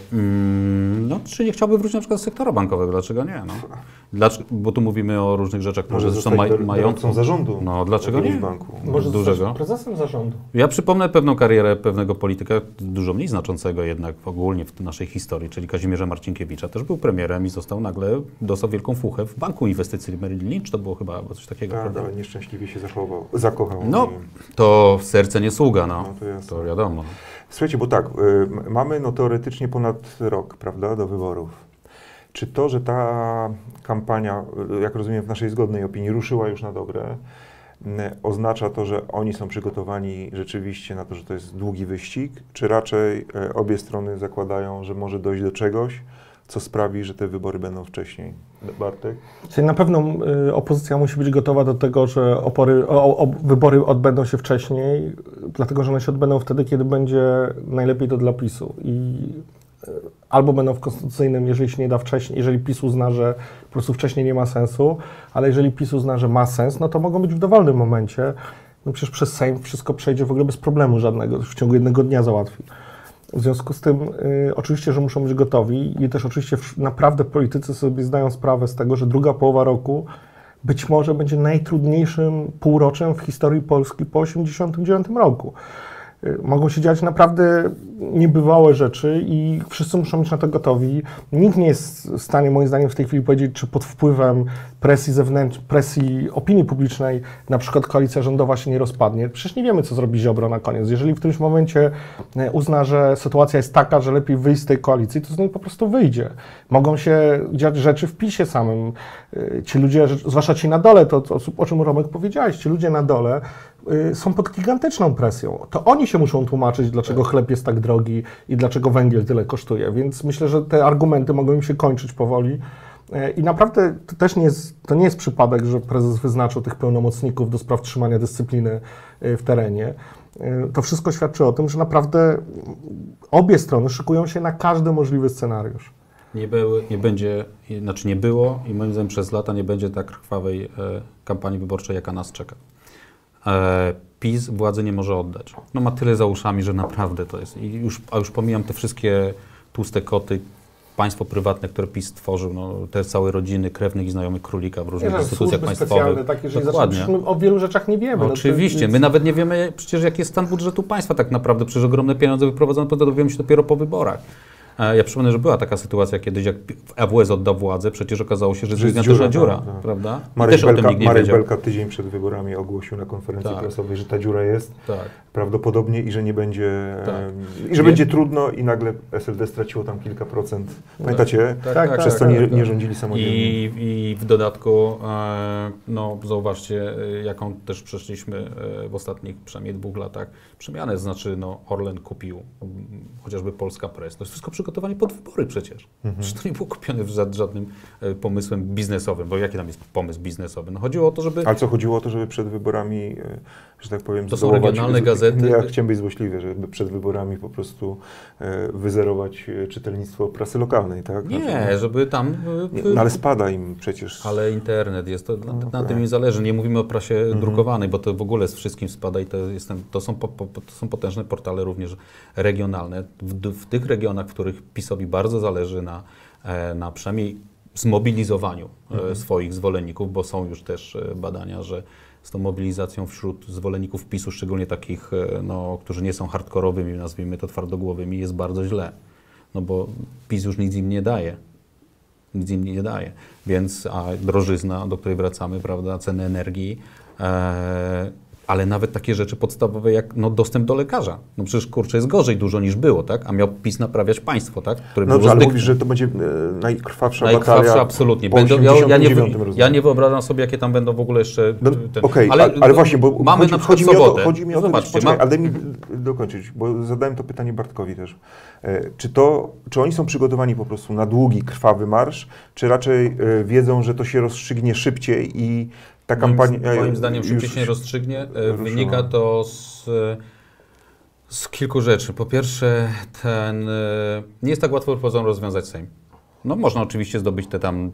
no, czy nie chciałby wrócić na przykład z sektora bankowego? Dlaczego nie? No. Bo tu mówimy o różnych rzeczach, Może zresztą zostać mają doradcą zarządu No dlaczego nie? banku. Może Dużego. zostać prezesem zarządu. Ja przypomnę pewną karierę pewnego polityka, dużo mniej znaczącego jednak ogólnie w naszej historii, czyli Kazimierza Marcinkiewicza. Też był premierem i dostał wielką fuchę w banku inwestycyjnym Merrill Lynch, to było chyba coś takiego. Tak, prawda? ale nieszczęśliwie się zakochał. No, to serce nie sługa, no. to jasne. To wiadomo. Słuchajcie, bo tak, mamy no teoretycznie ponad rok, prawda, do wyborów. Czy to, że ta kampania, jak rozumiem w naszej zgodnej opinii, ruszyła już na dobre, oznacza to, że oni są przygotowani rzeczywiście na to, że to jest długi wyścig, czy raczej obie strony zakładają, że może dojść do czegoś, co sprawi, że te wybory będą wcześniej? Bartek? Czyli na pewno opozycja musi być gotowa do tego, że wybory odbędą się wcześniej, dlatego że one się odbędą wtedy, kiedy będzie najlepiej to dla PiS-u. I albo będą w konstytucyjnym, jeżeli się nie da wcześniej, jeżeli PiS uzna, że po prostu wcześniej nie ma sensu, ale jeżeli PiS uzna, że ma sens, no to mogą być w dowolnym momencie. No przecież przez Sejm wszystko przejdzie w ogóle bez problemu żadnego, w ciągu jednego dnia załatwi. W związku z tym oczywiście, że muszą być gotowi i też oczywiście naprawdę politycy sobie zdają sprawę z tego, że druga połowa roku być może będzie najtrudniejszym półroczem w historii Polski po 1989 roku. Mogą się dziać naprawdę niebywałe rzeczy i wszyscy muszą być na to gotowi. Nikt nie jest w stanie, moim zdaniem, w tej chwili powiedzieć, czy pod wpływem presji zewnętrznej, presji opinii publicznej na przykład koalicja rządowa się nie rozpadnie. Przecież nie wiemy, co zrobi Ziobro na koniec. Jeżeli w którymś momencie uzna, że sytuacja jest taka, że lepiej wyjść z tej koalicji, to z niej po prostu wyjdzie. Mogą się dziać rzeczy w PiS-ie samym. Ci ludzie, zwłaszcza ci na dole, to o czym Romek powiedziałeś, ci ludzie na dole są pod gigantyczną presją. To oni się muszą tłumaczyć, dlaczego chleb jest tak drogi i dlaczego węgiel tyle kosztuje. Więc myślę, że te argumenty mogą im się kończyć powoli. I naprawdę to też nie jest przypadek, że prezes wyznaczył tych pełnomocników do spraw trzymania dyscypliny w terenie. To wszystko świadczy o tym, że naprawdę obie strony szykują się na każdy możliwy scenariusz. Nie było i moim zdaniem przez lata nie będzie tak krwawej kampanii wyborczej, jaka nas czeka. PiS władzy nie może oddać. No ma tyle za uszami, że naprawdę to jest. A już pomijam te wszystkie tłuste koty, państwo prywatne, które PiS stworzył, no, te całe rodziny krewnych i znajomych królika w różnych instytucjach państwowych. Takie, że my o wielu rzeczach nie wiemy. No, oczywiście, my nawet nie wiemy przecież jaki jest stan budżetu państwa tak naprawdę, przecież ogromne pieniądze wyprowadzone, to dowiemy się dopiero po wyborach. Ja przypomnę, że była taka sytuacja kiedyś, jak AWS oddał władzę, przecież okazało się, że jest gigantyczna dziura, tak. prawda? Marek Belka tydzień przed wyborami ogłosił na konferencji prasowej, że ta dziura jest prawdopodobnie i że nie będzie, i że będzie trudno i nagle SLD straciło tam kilka procent. Pamiętacie? Tak. Przez co nie rządzili samodzielnie. I w dodatku, no zauważcie, jaką też przeszliśmy w ostatnich przynajmniej 2 latach przemianę, znaczy no Orlen kupił chociażby Polska Press. To jest wszystko przygotowanie pod wybory przecież. Przecież to nie było kupione żadnym pomysłem biznesowym, bo jaki tam jest pomysł biznesowy? No chodziło o to, żeby... Ale co chodziło o to, żeby przed wyborami, że tak powiem... To są regionalne gazety. Ja chciałem być złośliwy, żeby przed wyborami po prostu wyzerować czytelnictwo prasy lokalnej, tak? Nie, żeby tam... No ale spada im przecież... Ale internet jest, to na tym im zależy. Nie mówimy o prasie drukowanej, bo to w ogóle z wszystkim spada i to są potężne portale również regionalne. W tych regionach, w których PiS-owi bardzo zależy na przynajmniej zmobilizowaniu swoich zwolenników, bo są już też badania, że z tą mobilizacją wśród zwolenników PiS-u, szczególnie takich, no, którzy nie są hardkorowymi, nazwijmy to twardogłowymi, jest bardzo źle. No bo PiS już nic im nie daje. Nic im nie daje. Więc, a drożyzna, do której wracamy, prawda, ceny energii, ale nawet takie rzeczy podstawowe jak no, dostęp do lekarza. No przecież kurczę jest gorzej dużo niż było, tak? A miał PiS naprawiać państwo, tak? Które no było ale mówisz, że to będzie najkrwawsza batalia. Najkrwawsza, absolutnie. Ja nie wyobrażam sobie, jakie tam będą w ogóle jeszcze... Okej, ale właśnie, bo mamy na przykład sobotę. Chodzi mi o to, poczekaj, ale daj mi dokończyć, bo zadałem to pytanie Bartkowi też. Czy oni są przygotowani po prostu na długi, krwawy marsz, czy raczej wiedzą, że to się rozstrzygnie szybciej i ta kampania... Moim zdaniem szybciej się nie rozstrzygnie. Wynika to z kilku rzeczy. Po pierwsze, nie jest tak łatwo rozwiązać Sejm. No można oczywiście zdobyć te tam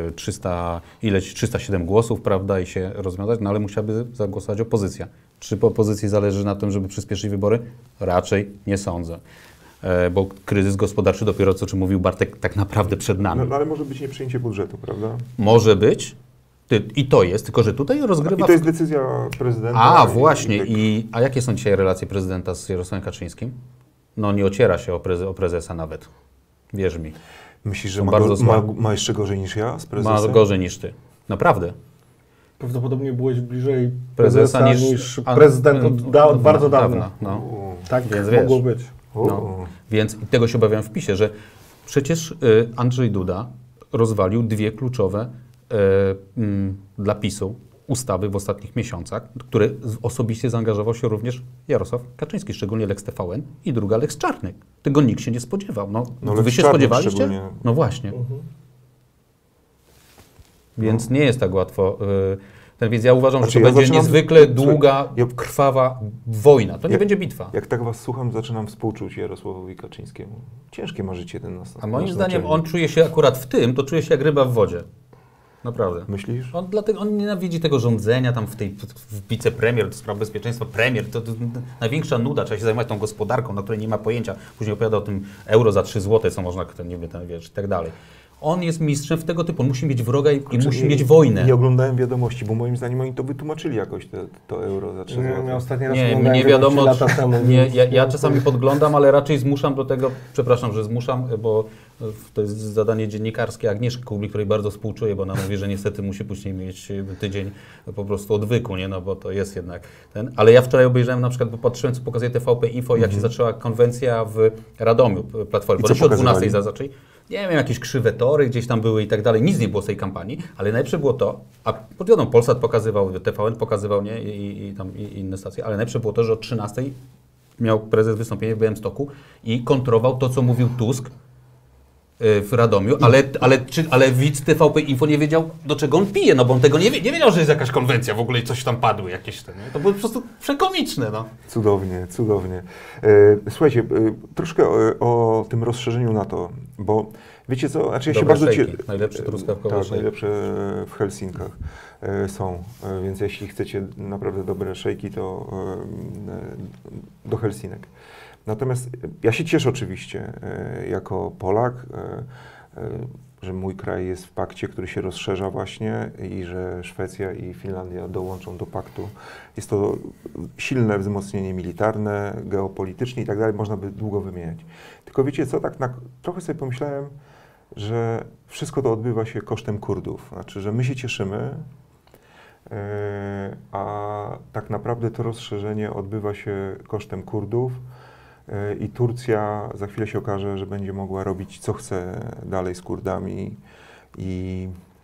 307 głosów, prawda, i się rozwiązać, no ale musiałaby zagłosować opozycja. Czy po opozycji zależy na tym, żeby przyspieszyć wybory? Raczej nie sądzę. bo kryzys gospodarczy dopiero, o czym mówił Bartek, tak naprawdę przed nami. No ale może być nieprzyjęcie budżetu, prawda? Może być. I to jest, tylko że tutaj rozgrywa... I to jest decyzja prezydenta. A, właśnie. A jakie są dzisiaj relacje prezydenta z Jarosławem Kaczyńskim? No nie ociera się o prezesa nawet. Wierz mi. Myślisz, że ma jeszcze gorzej niż ja z prezesem? Ma gorzej niż ty. Naprawdę. Prawdopodobnie byłeś bliżej prezesa niż prezydent od bardzo dawna. No. Tak Więc mogło być. No. Więc tego się obawiam w PiS-ie, że przecież Andrzej Duda rozwalił dwie kluczowe dla PiS-u ustawy w ostatnich miesiącach, które osobiście zaangażował się również Jarosław Kaczyński, szczególnie Lex TVN i druga Lex Czarnek. Tego nikt się nie spodziewał. No wy się spodziewaliście? No właśnie. Więc nie jest tak łatwo. Więc ja uważam, że to będzie niezwykle długa, krwawa wojna. To nie będzie bitwa. Jak tak was słucham, zaczynam współczuć Jarosławowi Kaczyńskiemu. Ciężkie ma życie ten nas. A moim zdaniem on czuje się akurat w tym, to czuje się jak ryba w wodzie. Naprawdę. Myślisz? On nienawidzi tego rządzenia tam w wicepremier do spraw bezpieczeństwa, premier, to największa nuda, trzeba się zajmować tą gospodarką, na której nie ma pojęcia. Później opowiada o tym euro za 3 zł, co można, nie wiem, wiesz, i tak dalej. On jest mistrzem w tego typu, on musi mieć wroga i musi mieć wojnę. Nie oglądałem wiadomości, bo moim zdaniem oni to wytłumaczyli jakoś, to euro za 3 zł. Nie wiadomo, lata temu. Ja czasami podglądam, ale raczej zmuszam do tego, przepraszam, że zmuszam, bo to jest zadanie dziennikarskie Agnieszki Kubli, której bardzo współczuję, bo ona mówi, że niestety musi później mieć tydzień po prostu odwyku, nie? No bo to jest jednak ten. Ale ja wczoraj obejrzałem na przykład, bo patrzyłem, co pokazuje TVP Info, jak się zaczęła konwencja w Radomiu, Platformy, bo się o 12 zaczęli. Nie wiem, jakieś krzywe tory gdzieś tam były i tak dalej. Nic nie było z tej kampanii, ale najlepsze było to, a wiadomo, Polsat pokazywał, TVN pokazywał, nie? I inne stacje, ale najlepsze było to, że o 13 miał prezes wystąpienie w Białymstoku i kontrował to, co mówił Tusk w Radomiu, ale widz TVP Info nie wiedział, do czego on pije, no bo on tego nie wiedział, że jest jakaś konwencja w ogóle i coś tam padły jakieś te, nie? To było po prostu przekomiczne, no. Cudownie, cudownie. Słuchajcie, troszkę o tym rozszerzeniu NATO, bo wiecie co, znaczy ja się bardzo cieszę. Najlepsze truskawkowe tak, najlepsze w Helsinkach są, więc jeśli chcecie naprawdę dobre szejki, to do Helsinek. Natomiast ja się cieszę oczywiście jako Polak, że mój kraj jest w pakcie, który się rozszerza właśnie i że Szwecja i Finlandia dołączą do paktu. Jest to silne wzmocnienie militarne, geopolityczne i tak dalej, można by długo wymieniać. Tylko wiecie co, tak trochę sobie pomyślałem, że wszystko to odbywa się kosztem Kurdów. Znaczy, że my się cieszymy, a tak naprawdę to rozszerzenie odbywa się kosztem Kurdów. I Turcja za chwilę się okaże, że będzie mogła robić co chce dalej z Kurdami i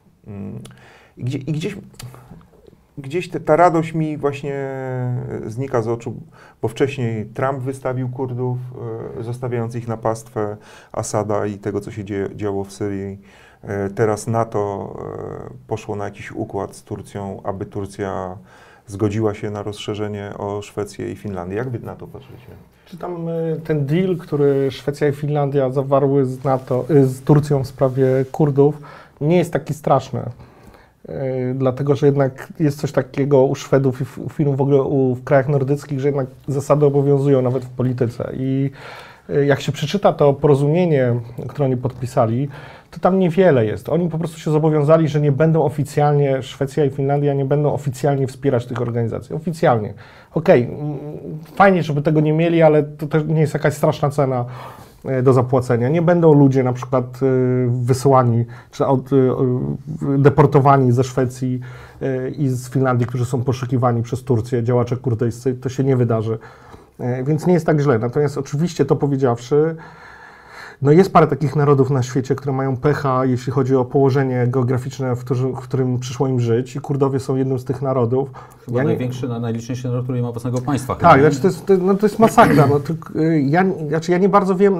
gdzieś ta radość mi właśnie znika z oczu, bo wcześniej Trump wystawił Kurdów, zostawiając ich na pastwę Asada i tego, co się działo w Syrii. Teraz NATO poszło na jakiś układ z Turcją, aby Turcja zgodziła się na rozszerzenie o Szwecję i Finlandię. Jak wy na to patrzycie? Czy tam ten deal, który Szwecja i Finlandia zawarły z NATO, z Turcją w sprawie Kurdów, nie jest taki straszny. Dlatego, że jednak jest coś takiego u Szwedów i u Finów, w ogóle w krajach nordyckich, że jednak zasady obowiązują nawet w polityce. I jak się przeczyta to porozumienie, które oni podpisali, to tam niewiele jest. Oni po prostu się zobowiązali, że nie będą oficjalnie, Szwecja i Finlandia nie będą oficjalnie wspierać tych organizacji. Oficjalnie. Okej, fajnie, żeby tego nie mieli, ale to też nie jest jakaś straszna cena do zapłacenia. Nie będą ludzie na przykład wysyłani, czy deportowani ze Szwecji i z Finlandii, którzy są poszukiwani przez Turcję, działacze kurdyjscy. To się nie wydarzy. Więc nie jest tak źle. Natomiast oczywiście to powiedziawszy, no jest parę takich narodów na świecie, które mają pecha, jeśli chodzi o położenie geograficzne, w którym przyszło im żyć i Kurdowie są jednym z tych narodów. Chyba największy, najliczniejszy naród, który nie ma własnego państwa. Tak, znaczy to jest masakra. No, ja nie bardzo wiem,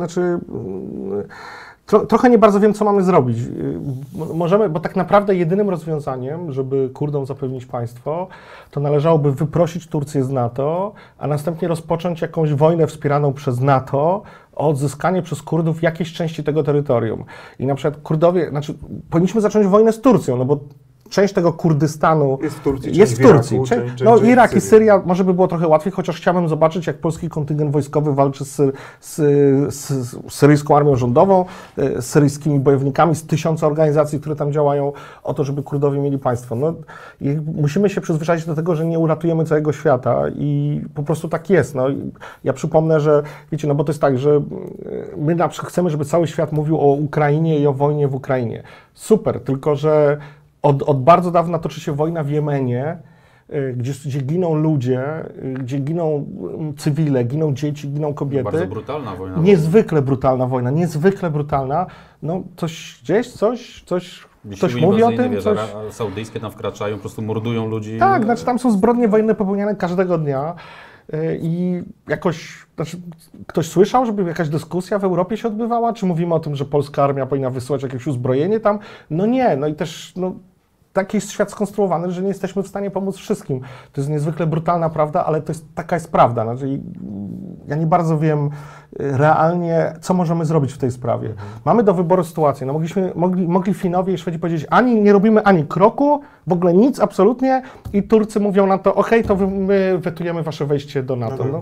trochę nie bardzo wiem, co mamy zrobić. Możemy, bo tak naprawdę jedynym rozwiązaniem, żeby Kurdom zapewnić państwo, to należałoby wyprosić Turcję z NATO, a następnie rozpocząć jakąś wojnę wspieraną przez NATO o odzyskanie przez Kurdów jakiejś części tego terytorium. I na przykład Kurdowie, powinniśmy zacząć wojnę z Turcją, no bo część tego Kurdystanu jest w Turcji. Jest w Turcji. Część Irak i Syrii. Syria może by było trochę łatwiej, chociaż chciałbym zobaczyć, jak polski kontyngent wojskowy walczy z syryjską armią rządową, z syryjskimi bojownikami, z 1000 organizacji, które tam działają o to, żeby Kurdowie mieli państwo. No, i musimy się przyzwyczaić do tego, że nie uratujemy całego świata i po prostu tak jest. No, ja przypomnę, że wiecie, no bo to jest tak, że my na przykład chcemy, żeby cały świat mówił o Ukrainie i o wojnie w Ukrainie. Super, tylko że od bardzo dawna toczy się wojna w Jemenie, gdzie giną ludzie, gdzie giną cywile, giną dzieci, giną kobiety. Bardzo brutalna wojna. Niezwykle brutalna wojna, niezwykle brutalna. No coś gdzieś, ktoś mówi o tym? Wiesz, saudyjskie tam wkraczają, po prostu mordują ludzi. Tak, znaczy tam są zbrodnie wojenne popełniane każdego dnia i jakoś, znaczy ktoś słyszał, żeby jakaś dyskusja w Europie się odbywała? Czy mówimy o tym, że polska armia powinna wysyłać jakieś uzbrojenie tam? No nie, no i też taki jest świat skonstruowany, że nie jesteśmy w stanie pomóc wszystkim. To jest niezwykle brutalna prawda, ale taka jest prawda. Znaczy, ja nie bardzo wiem realnie, co możemy zrobić w tej sprawie. Mamy do wyboru sytuację. No mogli Finowie i Szwedzi powiedzieć, nie robimy ani kroku, w ogóle nic, absolutnie i Turcy mówią na to, okej, to my wetujemy wasze wejście do NATO. No.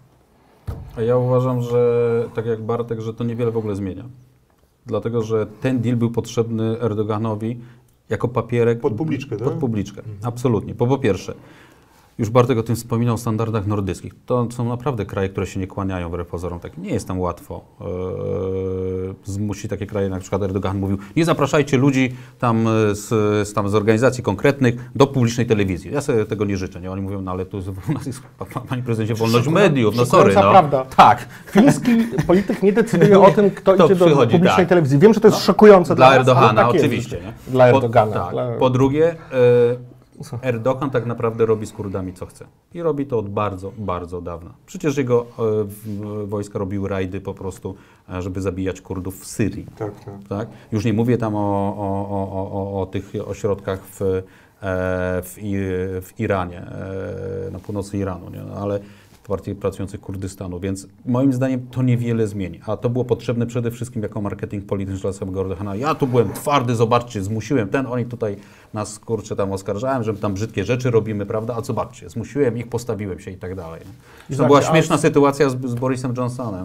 A ja uważam, że tak jak Bartek, że to niewiele w ogóle zmienia. Dlatego, że ten deal był potrzebny Erdoganowi jako papierek. Pod publiczkę, tak? Pod publiczkę, absolutnie. Po pierwsze, już Bartek o tym wspominał, o standardach nordyckich. To są naprawdę kraje, które się nie kłaniają wbrew pozorom. Tak nie jest tam łatwo zmusić takie kraje, na przykład Erdogan mówił, nie zapraszajcie ludzi tam z organizacji konkretnych do publicznej telewizji. Ja sobie tego nie życzę. Nie? Oni mówią, no ale tu u nas jest, panie prezydencie, wolność mediów. No sorry, no. Prawda. Tak. Fiński polityk nie decyduje o tym, kto idzie do publicznej telewizji. Wiem, że to jest szokujące dla nas, Erdogana, tak oczywiście. Nie? Dla Erdogana. Tak. Po drugie, Erdogan tak naprawdę robi z Kurdami co chce. I robi to od bardzo, bardzo dawna. Przecież jego wojska robiły rajdy po prostu, żeby zabijać Kurdów w Syrii. Tak? Już nie mówię tam o tych ośrodkach w Iranie, na północy Iranu, nie? No, ale partii pracujących Kurdystanu, więc moim zdaniem to niewiele zmieni. A to było potrzebne przede wszystkim jako marketing polityczny dla samego Erdogana. Ja tu byłem twardy, zobaczcie, zmusiłem oni tutaj nas, kurczę, tam oskarżałem, że tam brzydkie rzeczy robimy, prawda, a zobaczcie, zmusiłem ich, postawiłem się i tak dalej. To była śmieszna sytuacja z Borisem Johnsonem.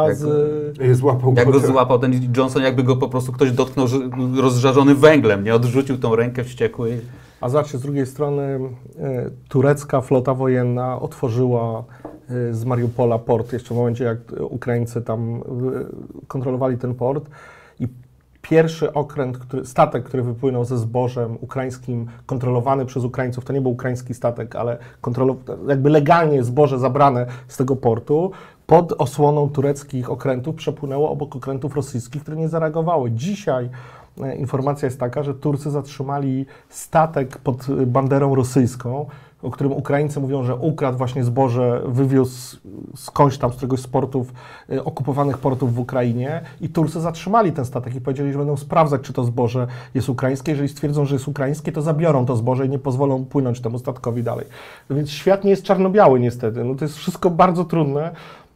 Jak go złapał ten Johnson, jakby go po prostu ktoś dotknął rozżarzony węglem, nie odrzucił tą rękę wściekły. A zobaczcie, z drugiej strony turecka flota wojenna otworzyła z Mariupola port, jeszcze w momencie jak Ukraińcy tam kontrolowali ten port i pierwszy statek, który wypłynął ze zbożem ukraińskim, kontrolowany przez Ukraińców, to nie był ukraiński statek, ale jakby legalnie zboże zabrane z tego portu, pod osłoną tureckich okrętów przepłynęło obok okrętów rosyjskich, które nie zareagowały. Dzisiaj informacja jest taka, że Turcy zatrzymali statek pod banderą rosyjską, o którym Ukraińcy mówią, że ukradł właśnie zboże, wywiózł skądś tam, z któregoś z portów, okupowanych portów w Ukrainie i Turcy zatrzymali ten statek i powiedzieli, że będą sprawdzać, czy to zboże jest ukraińskie. Jeżeli stwierdzą, że jest ukraińskie, to zabiorą to zboże i nie pozwolą płynąć temu statkowi dalej. Więc świat nie jest czarno-biały niestety. No to jest wszystko bardzo trudne.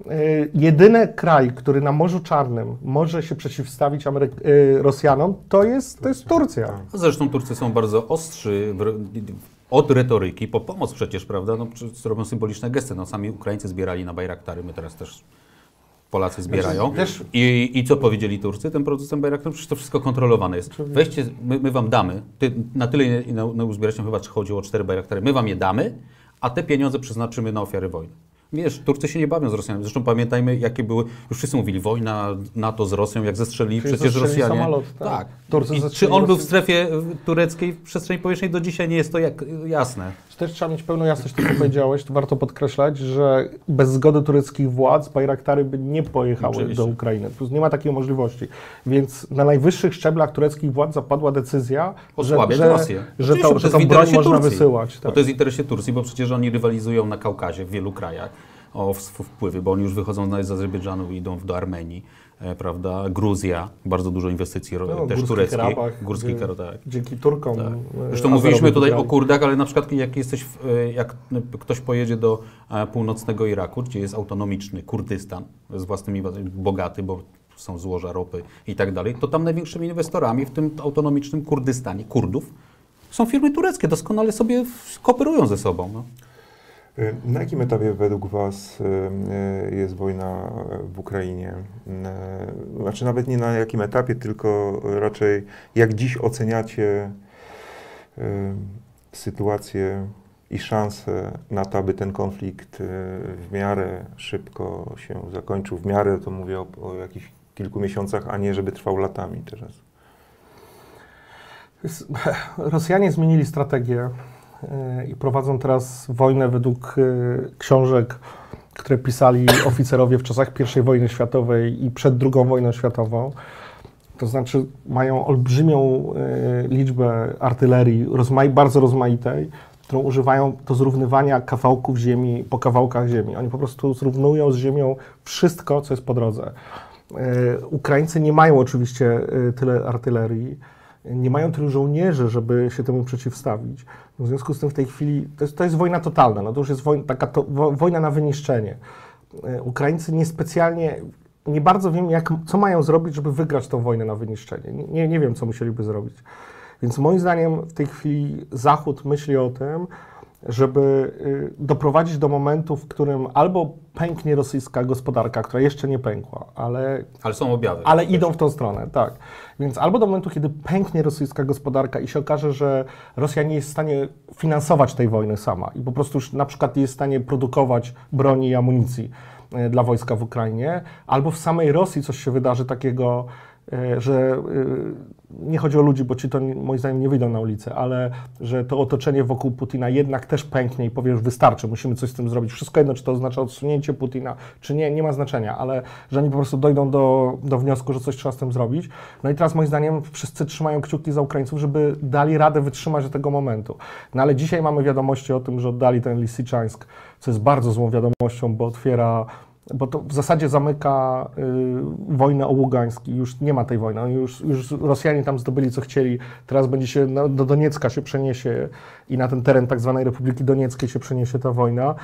Jedyny kraj, który na Morzu Czarnym może się przeciwstawić Rosjanom, to jest Turcja. Zresztą Turcy są bardzo ostrzy od retoryki, po pomoc przecież, prawda, no, robią symboliczne gesty. No, sami Ukraińcy zbierali na Bajraktary, my teraz też Polacy zbierają. I co powiedzieli Turcy? Ten producent Bajraktarów, przecież to wszystko kontrolowane jest. Weźcie, my wam damy, na tyle uzbieracie, chyba chodziło o 4 Bajraktary, my wam je damy, a te pieniądze przeznaczymy na ofiary wojny. Wiesz, Turcy się nie bawią z Rosjanami. Zresztą pamiętajmy, jakie były, już wszyscy mówili, wojna NATO z Rosją, jak zestrzelili przecież Rosjanie. Samolot, tak. Czy on był w strefie tureckiej, w przestrzeni powietrznej, do dzisiaj nie jest to jasne. Też trzeba mieć pełną jasność, to co powiedziałeś, to warto podkreślać, że bez zgody tureckich władz Bajraktary by nie pojechały do Ukrainy. Nie ma takiej możliwości. Więc na najwyższych szczeblach tureckich władz zapadła decyzja, że tą broń można wysyłać. Tak. Bo to jest w interesie Turcji, bo przecież oni rywalizują na Kaukazie w wielu krajach o wpływy, bo oni już wychodzą z Azerbejdżanu i idą do Armenii, prawda? Gruzja, bardzo dużo inwestycji też tureckich. Górski Karabach. Dzięki Turkom. Tak. Zresztą mówiliśmy tutaj o Kurdach, ale na przykład jak ktoś pojedzie do północnego Iraku, gdzie jest autonomiczny Kurdystan z własnymi, bogaty, bo są złoża ropy i tak dalej, to tam największymi inwestorami w tym autonomicznym Kurdystanie Kurdów są firmy tureckie, doskonale sobie kooperują ze sobą. No. Na jakim etapie według Was jest wojna w Ukrainie? Znaczy nawet nie na jakim etapie, tylko raczej jak dziś oceniacie sytuację i szansę na to, aby ten konflikt w miarę szybko się zakończył? W miarę to mówię o jakichś kilku miesiącach, a nie żeby trwał latami teraz. Rosjanie zmienili strategię i prowadzą teraz wojnę według książek, które pisali oficerowie w czasach I wojny światowej i przed II wojną światową. To znaczy mają olbrzymią liczbę artylerii, bardzo rozmaitej, którą używają do zrównywania kawałków ziemi po kawałkach ziemi. Oni po prostu zrównują z ziemią wszystko, co jest po drodze. Ukraińcy nie mają oczywiście tyle artylerii, nie mają tylu żołnierzy, żeby się temu przeciwstawić. W związku z tym w tej chwili to jest wojna totalna, no to już jest wojna na wyniszczenie. Ukraińcy niespecjalnie, nie bardzo wiem, co mają zrobić, żeby wygrać tą wojnę na wyniszczenie. Nie wiem, co musieliby zrobić. Więc moim zdaniem w tej chwili Zachód myśli o tym, żeby doprowadzić do momentu, w którym albo pęknie rosyjska gospodarka, która jeszcze nie pękła, ale są objawy. Ale idą w tą stronę, tak. Więc albo do momentu, kiedy pęknie rosyjska gospodarka i się okaże, że Rosja nie jest w stanie finansować tej wojny sama i po prostu już na przykład nie jest w stanie produkować broni i amunicji dla wojska w Ukrainie, albo w samej Rosji coś się wydarzy takiego, że nie chodzi o ludzi, bo ci to moim zdaniem nie wyjdą na ulicę, ale że to otoczenie wokół Putina jednak też pęknie i powie, już wystarczy, musimy coś z tym zrobić. Wszystko jedno, czy to oznacza odsunięcie Putina, czy nie, nie ma znaczenia, ale że oni po prostu dojdą do wniosku, że coś trzeba z tym zrobić. No i teraz moim zdaniem wszyscy trzymają kciuki za Ukraińców, żeby dali radę wytrzymać do tego momentu. No ale dzisiaj mamy wiadomości o tym, że oddali ten Lisiczańsk, co jest bardzo złą wiadomością, bo to w zasadzie zamyka wojnę o Ługańsk i już nie ma tej wojny. Już Rosjanie tam zdobyli, co chcieli. Teraz będzie się do Doniecka się przeniesie i na ten teren tak zwanej Republiki Donieckiej się przeniesie ta wojna.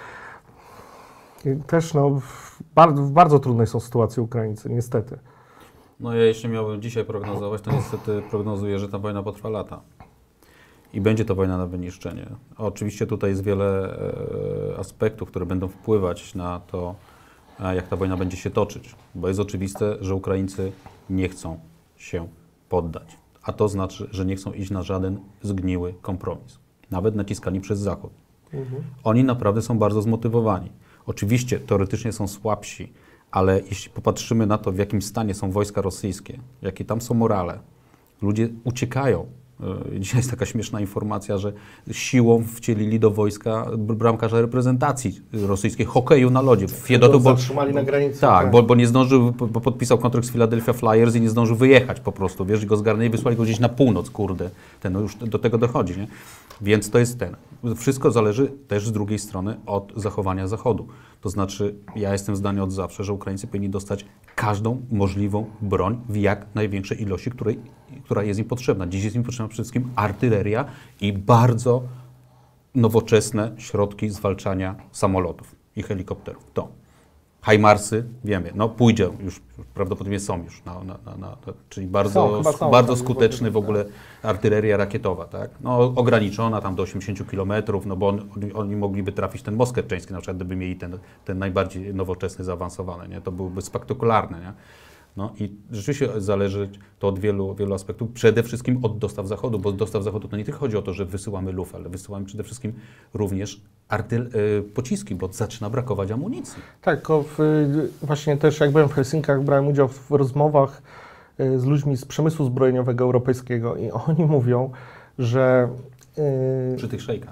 I też w bardzo trudnej są sytuacji Ukraińcy, niestety. No ja jeśli miałbym dzisiaj prognozować, to niestety prognozuję, że ta wojna potrwa lata. I będzie to wojna na wyniszczenie. Oczywiście tutaj jest wiele aspektów, które będą wpływać na to, jak ta wojna będzie się toczyć, bo jest oczywiste, że Ukraińcy nie chcą się poddać, a to znaczy, że nie chcą iść na żaden zgniły kompromis, nawet naciskani przez Zachód. Oni naprawdę są bardzo zmotywowani. Oczywiście teoretycznie są słabsi, ale jeśli popatrzymy na to, w jakim stanie są wojska rosyjskie, jakie tam są morale, ludzie uciekają. Dzisiaj jest taka śmieszna informacja, że siłą wcielili do wojska bramkarza reprezentacji rosyjskiej hokeju na lodzie. Zatrzymali na granicy. Tak, bo nie zdążył, bo podpisał kontrakt z Philadelphia Flyers i nie zdążył wyjechać po prostu. Wiesz, go zgarnęli i wysłali go gdzieś na północ, kurde. No już do tego dochodzi, nie? Więc to jest wszystko zależy też z drugiej strony od zachowania Zachodu. To znaczy, ja jestem zdania od zawsze, że Ukraińcy powinni dostać każdą możliwą broń w jak największej ilości, która jest im potrzebna. Dziś jest im potrzebna przede wszystkim artyleria i bardzo nowoczesne środki zwalczania samolotów i helikopterów. To. HIMARSy, wiemy, pójdzie, już prawdopodobnie są już, czyli bardzo skuteczny w ogóle artyleria rakietowa, tak? Ograniczona tam do 80 km, bo oni mogliby trafić ten most kerczeński, na przykład gdyby mieli ten najbardziej nowoczesny, zaawansowany, nie? To byłby spektakularny, nie? I rzeczywiście zależy to od wielu aspektów, przede wszystkim od dostaw Zachodu, bo dostaw Zachodu to nie tylko chodzi o to, że wysyłamy luf, ale wysyłamy przede wszystkim również pociski, bo zaczyna brakować amunicji. Tak, właśnie też jak byłem w Helsinkach, brałem udział w rozmowach z ludźmi z przemysłu zbrojeniowego europejskiego i oni mówią, że... Przy tych szejkach.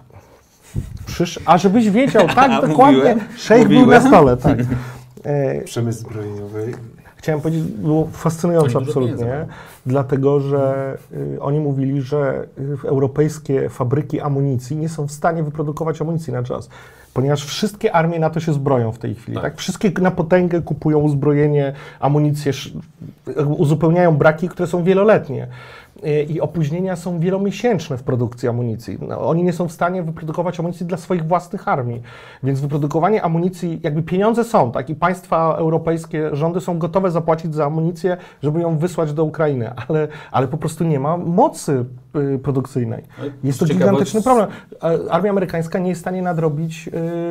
A żebyś wiedział, tak, dokładnie, szejk był na stole, tak. Przemysł zbrojeniowy. Chciałem powiedzieć, było fascynujące absolutnie, dlatego że oni mówili, że europejskie fabryki amunicji nie są w stanie wyprodukować amunicji na czas, ponieważ wszystkie armie NATO się zbroją w tej chwili. Tak? Wszystkie na potęgę kupują uzbrojenie, amunicję, uzupełniają braki, które są wieloletnie. i opóźnienia są wielomiesięczne w produkcji amunicji. No, oni nie są w stanie wyprodukować amunicji dla swoich własnych armii, więc wyprodukowanie amunicji, jakby pieniądze są, tak, i państwa europejskie, rządy są gotowe zapłacić za amunicję, żeby ją wysłać do Ukrainy, ale po prostu nie ma mocy produkcyjnej. Jest to gigantyczny problem. Armia amerykańska nie jest w stanie nadrobić,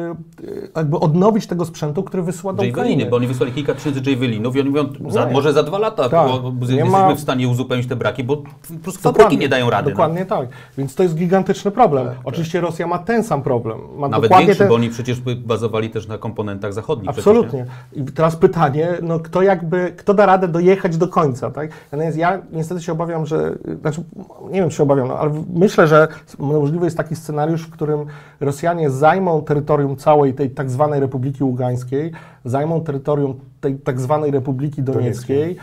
jakby odnowić tego sprzętu, który wysyła do Ukrainy. Bo oni wysłali kilka tysięcy Javelinów i oni mówią, może za 2 lata tak. jesteśmy w stanie uzupełnić te braki, bo po prostu fabryki nie dają rady. Dokładnie tak. Więc to jest gigantyczny problem. Oczywiście Rosja ma ten sam problem. Ma nawet większy, bo oni przecież bazowali też na komponentach zachodnich. Absolutnie. I teraz pytanie, no kto da radę dojechać do końca, tak? Natomiast ja niestety się obawiam, że, znaczy nie wiem, czy się obawiam, no, ale myślę, że możliwy jest taki scenariusz, w którym Rosjanie zajmą terytorium całej tej tak zwanej Republiki Ługańskiej, zajmą terytorium tej tak zwanej Republiki Donieckiej,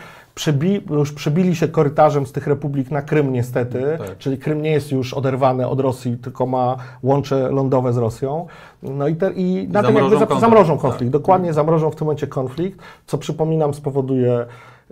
już przebili się korytarzem z tych republik na Krym niestety, czyli Krym nie jest już oderwany od Rosji, tylko ma łącze lądowe z Rosją. No i na tym jakby zamrożą konflikt. Dokładnie zamrożą w tym momencie konflikt, co przypominam spowoduje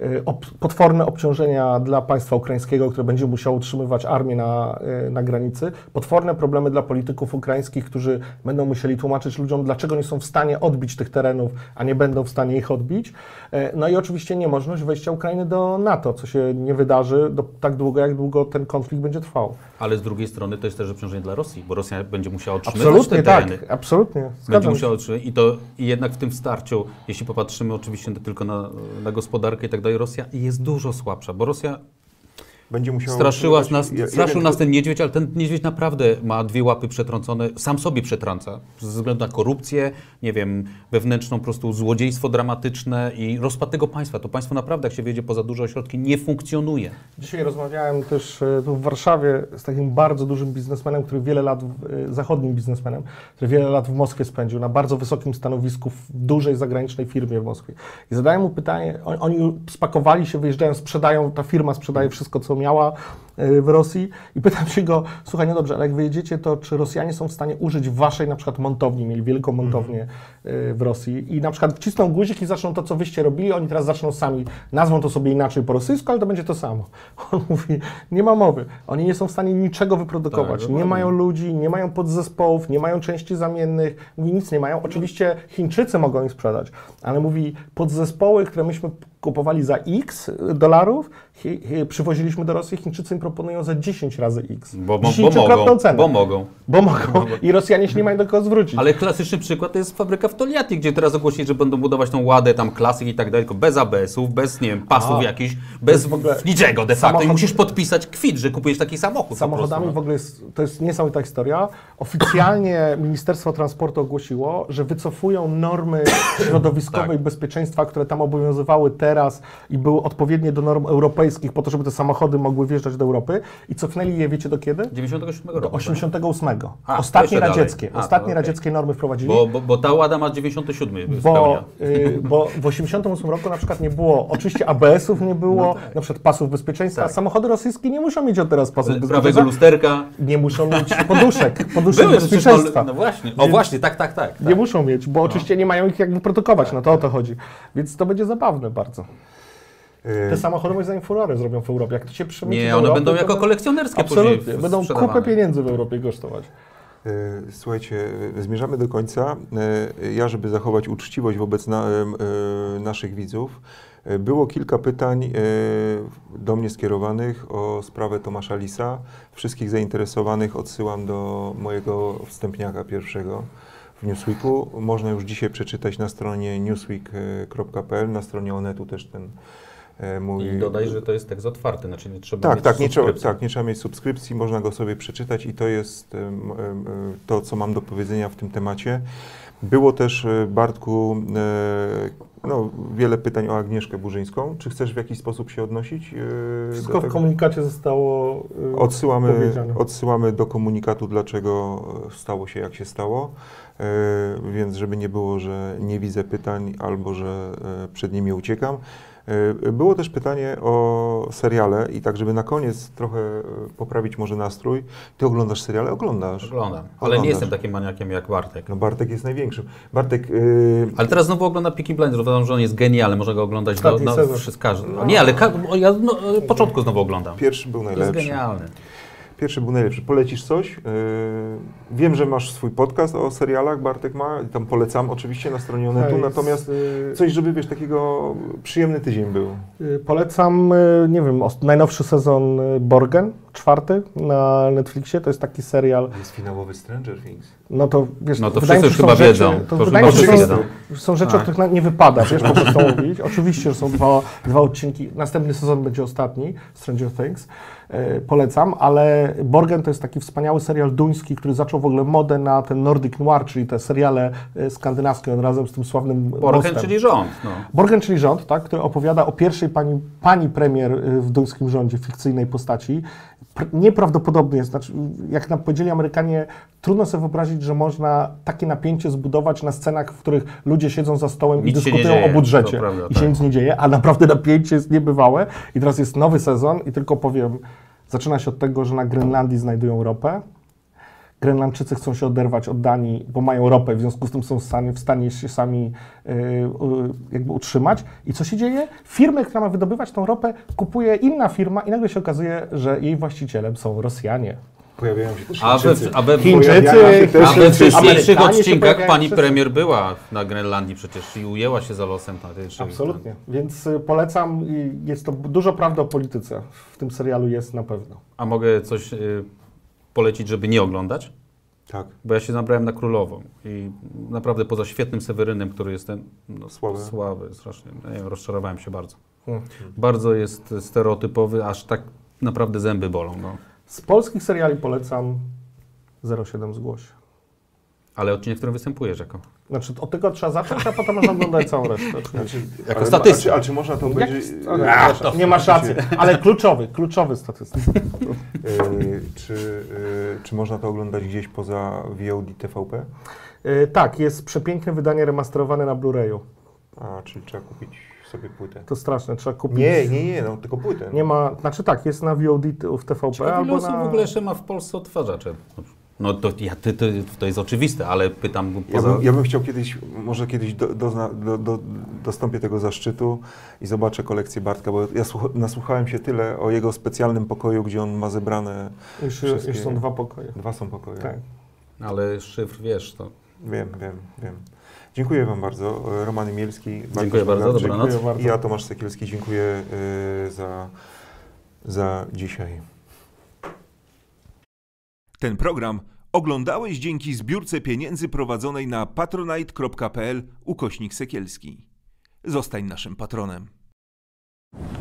potworne obciążenia dla państwa ukraińskiego, które będzie musiało utrzymywać armię na granicy, potworne problemy dla polityków ukraińskich, którzy będą musieli tłumaczyć ludziom, dlaczego nie są w stanie odbić tych terenów, a nie będą w stanie ich odbić. No i oczywiście niemożność wejścia Ukrainy do NATO, co się nie wydarzy tak długo, jak długo ten konflikt będzie trwał. Ale z drugiej strony to jest też obciążenie dla Rosji, bo Rosja będzie musiała otrzymywać te tereny. Tak, absolutnie. Będzie musiała otrzymywać i jednak w tym starciu, jeśli popatrzymy oczywiście tylko na gospodarkę i tak dalej, Rosja jest dużo słabsza, bo Rosja będzie musiała straszył nas ten niedźwiedź, ale ten niedźwiedź naprawdę ma 2 łapy przetrącone, sam sobie przetrąca, ze względu na korupcję, nie wiem, wewnętrzną po prostu złodziejstwo dramatyczne i rozpad tego państwa. To państwo naprawdę, jak się wiedzie poza duże ośrodki, nie funkcjonuje. Dzisiaj rozmawiałem też tu w Warszawie z takim bardzo dużym biznesmenem, który wiele lat, zachodnim biznesmenem, który wiele lat w Moskwie spędził, na bardzo wysokim stanowisku w dużej zagranicznej firmie w Moskwie. I zadałem mu pytanie, oni spakowali się, wyjeżdżają, sprzedają, ta firma sprzedaje wszystko, co miała w Rosji i pytam się go, słuchaj, no dobrze, ale jak wyjedziecie, to czy Rosjanie są w stanie użyć waszej na przykład montowni, mieli wielką montownię w Rosji i na przykład wcisną guzik i zaczną to, co wyście robili, oni teraz zaczną sami, nazwą to sobie inaczej po rosyjsku, ale to będzie to samo. On mówi, nie ma mowy, oni nie są w stanie niczego wyprodukować, nie mają ludzi, nie mają podzespołów, nie mają części zamiennych, mówi, nic nie mają. Oczywiście Chińczycy mogą im sprzedać, ale mówi, podzespoły, które myśmy kupowali za X dolarów, przywoziliśmy do Rosji, Chińczycy im proponują za 10 razy X. Bo mogą. I Rosjanie się nie mają do kogo zwrócić. Ale klasyczny przykład to jest fabryka w Toliati, gdzie teraz ogłosili, że będą budować tą Ładę, tam klasyk i tak dalej, tylko bez ABS-ów, bez, nie wiem, pasów jakichś, bez niczego de facto. I musisz podpisać kwit, że kupujesz taki samochód. Samochodami w ogóle to jest niesamowita historia. Oficjalnie Ministerstwo Transportu ogłosiło, że wycofują normy środowiskowe i bezpieczeństwa, które tam obowiązywały teraz i były odpowiednie do norm europejskich po to, żeby te samochody mogły wjeżdżać do Europy i cofnęli je, wiecie do kiedy? 97 roku. Do 88. Ostatnie radzieckie. Ostatnie radzieckie normy wprowadzili. Bo ta Łada ma 97 bo w 88 roku na przykład nie było, oczywiście ABS-ów nie było, na przykład pasów bezpieczeństwa. Tak. Samochody rosyjskie nie muszą mieć od teraz pasów bezpieczeństwa. Prawego lusterka. Nie muszą mieć poduszek bezpieczeństwa. No właśnie, właśnie, tak. Nie muszą mieć, bo oczywiście nie mają ich jak wyprodukować, no to o to chodzi. Więc to będzie zabawne bardzo. Te samochody moim zdaniem furorę zrobią w Europie. Jak to się przemyci nie, one będą jako kolekcjonerskie absolutnie, będą kupę pieniędzy w Europie kosztować. Słuchajcie, zmierzamy do końca. Ja, żeby zachować uczciwość wobec naszych widzów, było kilka pytań do mnie skierowanych o sprawę Tomasza Lisa. Wszystkich zainteresowanych odsyłam do mojego wstępniaka pierwszego w Newsweeku. Można już dzisiaj przeczytać na stronie newsweek.pl, na stronie Onetu też ten mój... I dodaj, że to jest tekst otwarty, znaczy nie trzeba mieć subskrypcji. Nie trzeba mieć subskrypcji, można go sobie przeczytać i to jest to, co mam do powiedzenia w tym temacie. Było też, Bartku, wiele pytań o Agnieszkę Burzyńską. Czy chcesz w jakiś sposób się odnosić? Wszystko w komunikacie zostało Odsyłamy do komunikatu, dlaczego stało się, jak się stało. Więc żeby nie było, że nie widzę pytań albo że przed nimi uciekam. Było też pytanie o seriale i tak, żeby na koniec trochę poprawić może nastrój. Ty oglądasz seriale? Oglądasz. Oglądam, ale Oglądasz. nie jestem takim maniakiem jak Bartek. No Bartek jest największym. Bartek... Ale teraz znowu oglądam Peaky Blinders, uważam, że on jest genialny, można go oglądać Ostatni sezon. wszystko. Nie, ale początku znowu oglądam. Pierwszy był To jest najlepszy. genialny. Pierwszy był najlepszy. Polecisz coś? Wiem, że masz swój podcast o serialach, Bartek ma. Tam polecam oczywiście na stronie Onetu, natomiast coś, żeby wiesz, takiego przyjemny tydzień był. Polecam, nie wiem, najnowszy sezon Borgen, 4 na Netflixie. To jest taki serial. Jest finałowy Stranger Things. No to wiesz, No to wydaje mi wszyscy się, już że chyba są rzeczy- wiedzą. To To wydaje mi się, chyba że wszyscy są rzeczy, o których nie wypada, wiesz, po prostu mówić. Oczywiście, że są dwa odcinki. Następny sezon będzie ostatni, Stranger Things. Polecam, ale Borgen to jest taki wspaniały serial duński, który zaczął w ogóle modę na ten Nordic Noir, czyli te seriale skandynawskie, on razem z tym sławnym Borgen, Mostem. czyli rząd. No. Borgen, czyli rząd, tak, który opowiada o pierwszej pani premier w duńskim rządzie, fikcyjnej postaci. Nieprawdopodobny jest, znaczy, jak nam powiedzieli Amerykanie, trudno sobie wyobrazić, że można takie napięcie zbudować na scenach, w których ludzie siedzą za stołem Nic i się nie dyskutują dzieje, o budżecie to prawda, i się tak. nic nie dzieje, a naprawdę napięcie jest niebywałe. I teraz jest nowy sezon i tylko powiem, zaczyna się od tego, że na Grenlandii znajdują ropę. Grenlandczycy chcą się oderwać od Danii, bo mają ropę, w związku z tym są w stanie się sami jakby utrzymać. I co się dzieje? Firmę, która ma wydobywać tą ropę, kupuje inna firma i nagle się okazuje, że jej właścicielem są Rosjanie. Pojawiają się też A Chińczycy. we Chińczycy, wcześniejszych Amerykanie się odcinkach pojawiają pani wszyscy. premier była na Grenlandii przecież i ujęła się za losem na tej szyi. Absolutnie. Więc polecam i jest to dużo prawdy o polityce. W tym serialu jest na pewno. A mogę coś polecić, żeby nie oglądać? Tak. Bo ja się nabrałem na Królową i naprawdę poza świetnym Sewerynem, który jest ten słaby strasznie, nie wiem, rozczarowałem się bardzo. Bardzo jest stereotypowy, aż tak naprawdę zęby bolą. No. Z polskich seriali polecam 07 Zgłoś. Ale odcinek, w którym występujesz jako? Znaczy od tego trzeba zacząć, a potem można oglądać całą resztę. Jako statysta. Ale czy można to obejrzeć? Nie masz racji, ale kluczowy statystyk. Czy można to oglądać gdzieś poza VOD TVP? Tak, jest przepiękne wydanie remasterowane na Blu-rayu. A, czyli trzeba kupić sobie płytę. To straszne, trzeba kupić. Nie, no tylko płytę. Nie ma, znaczy tak, jest na VOD w TVP Ciekawe, albo ile osób na... w ogóle jeszcze ma w Polsce odtwarzacze? No to jest oczywiste, ale pytam poza... Ja bym chciał może kiedyś dostąpię tego zaszczytu i zobaczę kolekcję Bartka, bo ja nasłuchałem się tyle o jego specjalnym pokoju, gdzie on ma zebrane Już są 2 pokoje. 2 są pokoje. Tak. Ale szyfr, wiesz, to... Wiem. Dziękuję Wam bardzo. Roman Imielski. Dziękuję bardzo, dobranoc. I ja, Tomasz Sekielski, dziękuję za dzisiaj. Ten program oglądałeś dzięki zbiórce pieniędzy prowadzonej na patronite.pl/Sekielski. Zostań naszym patronem.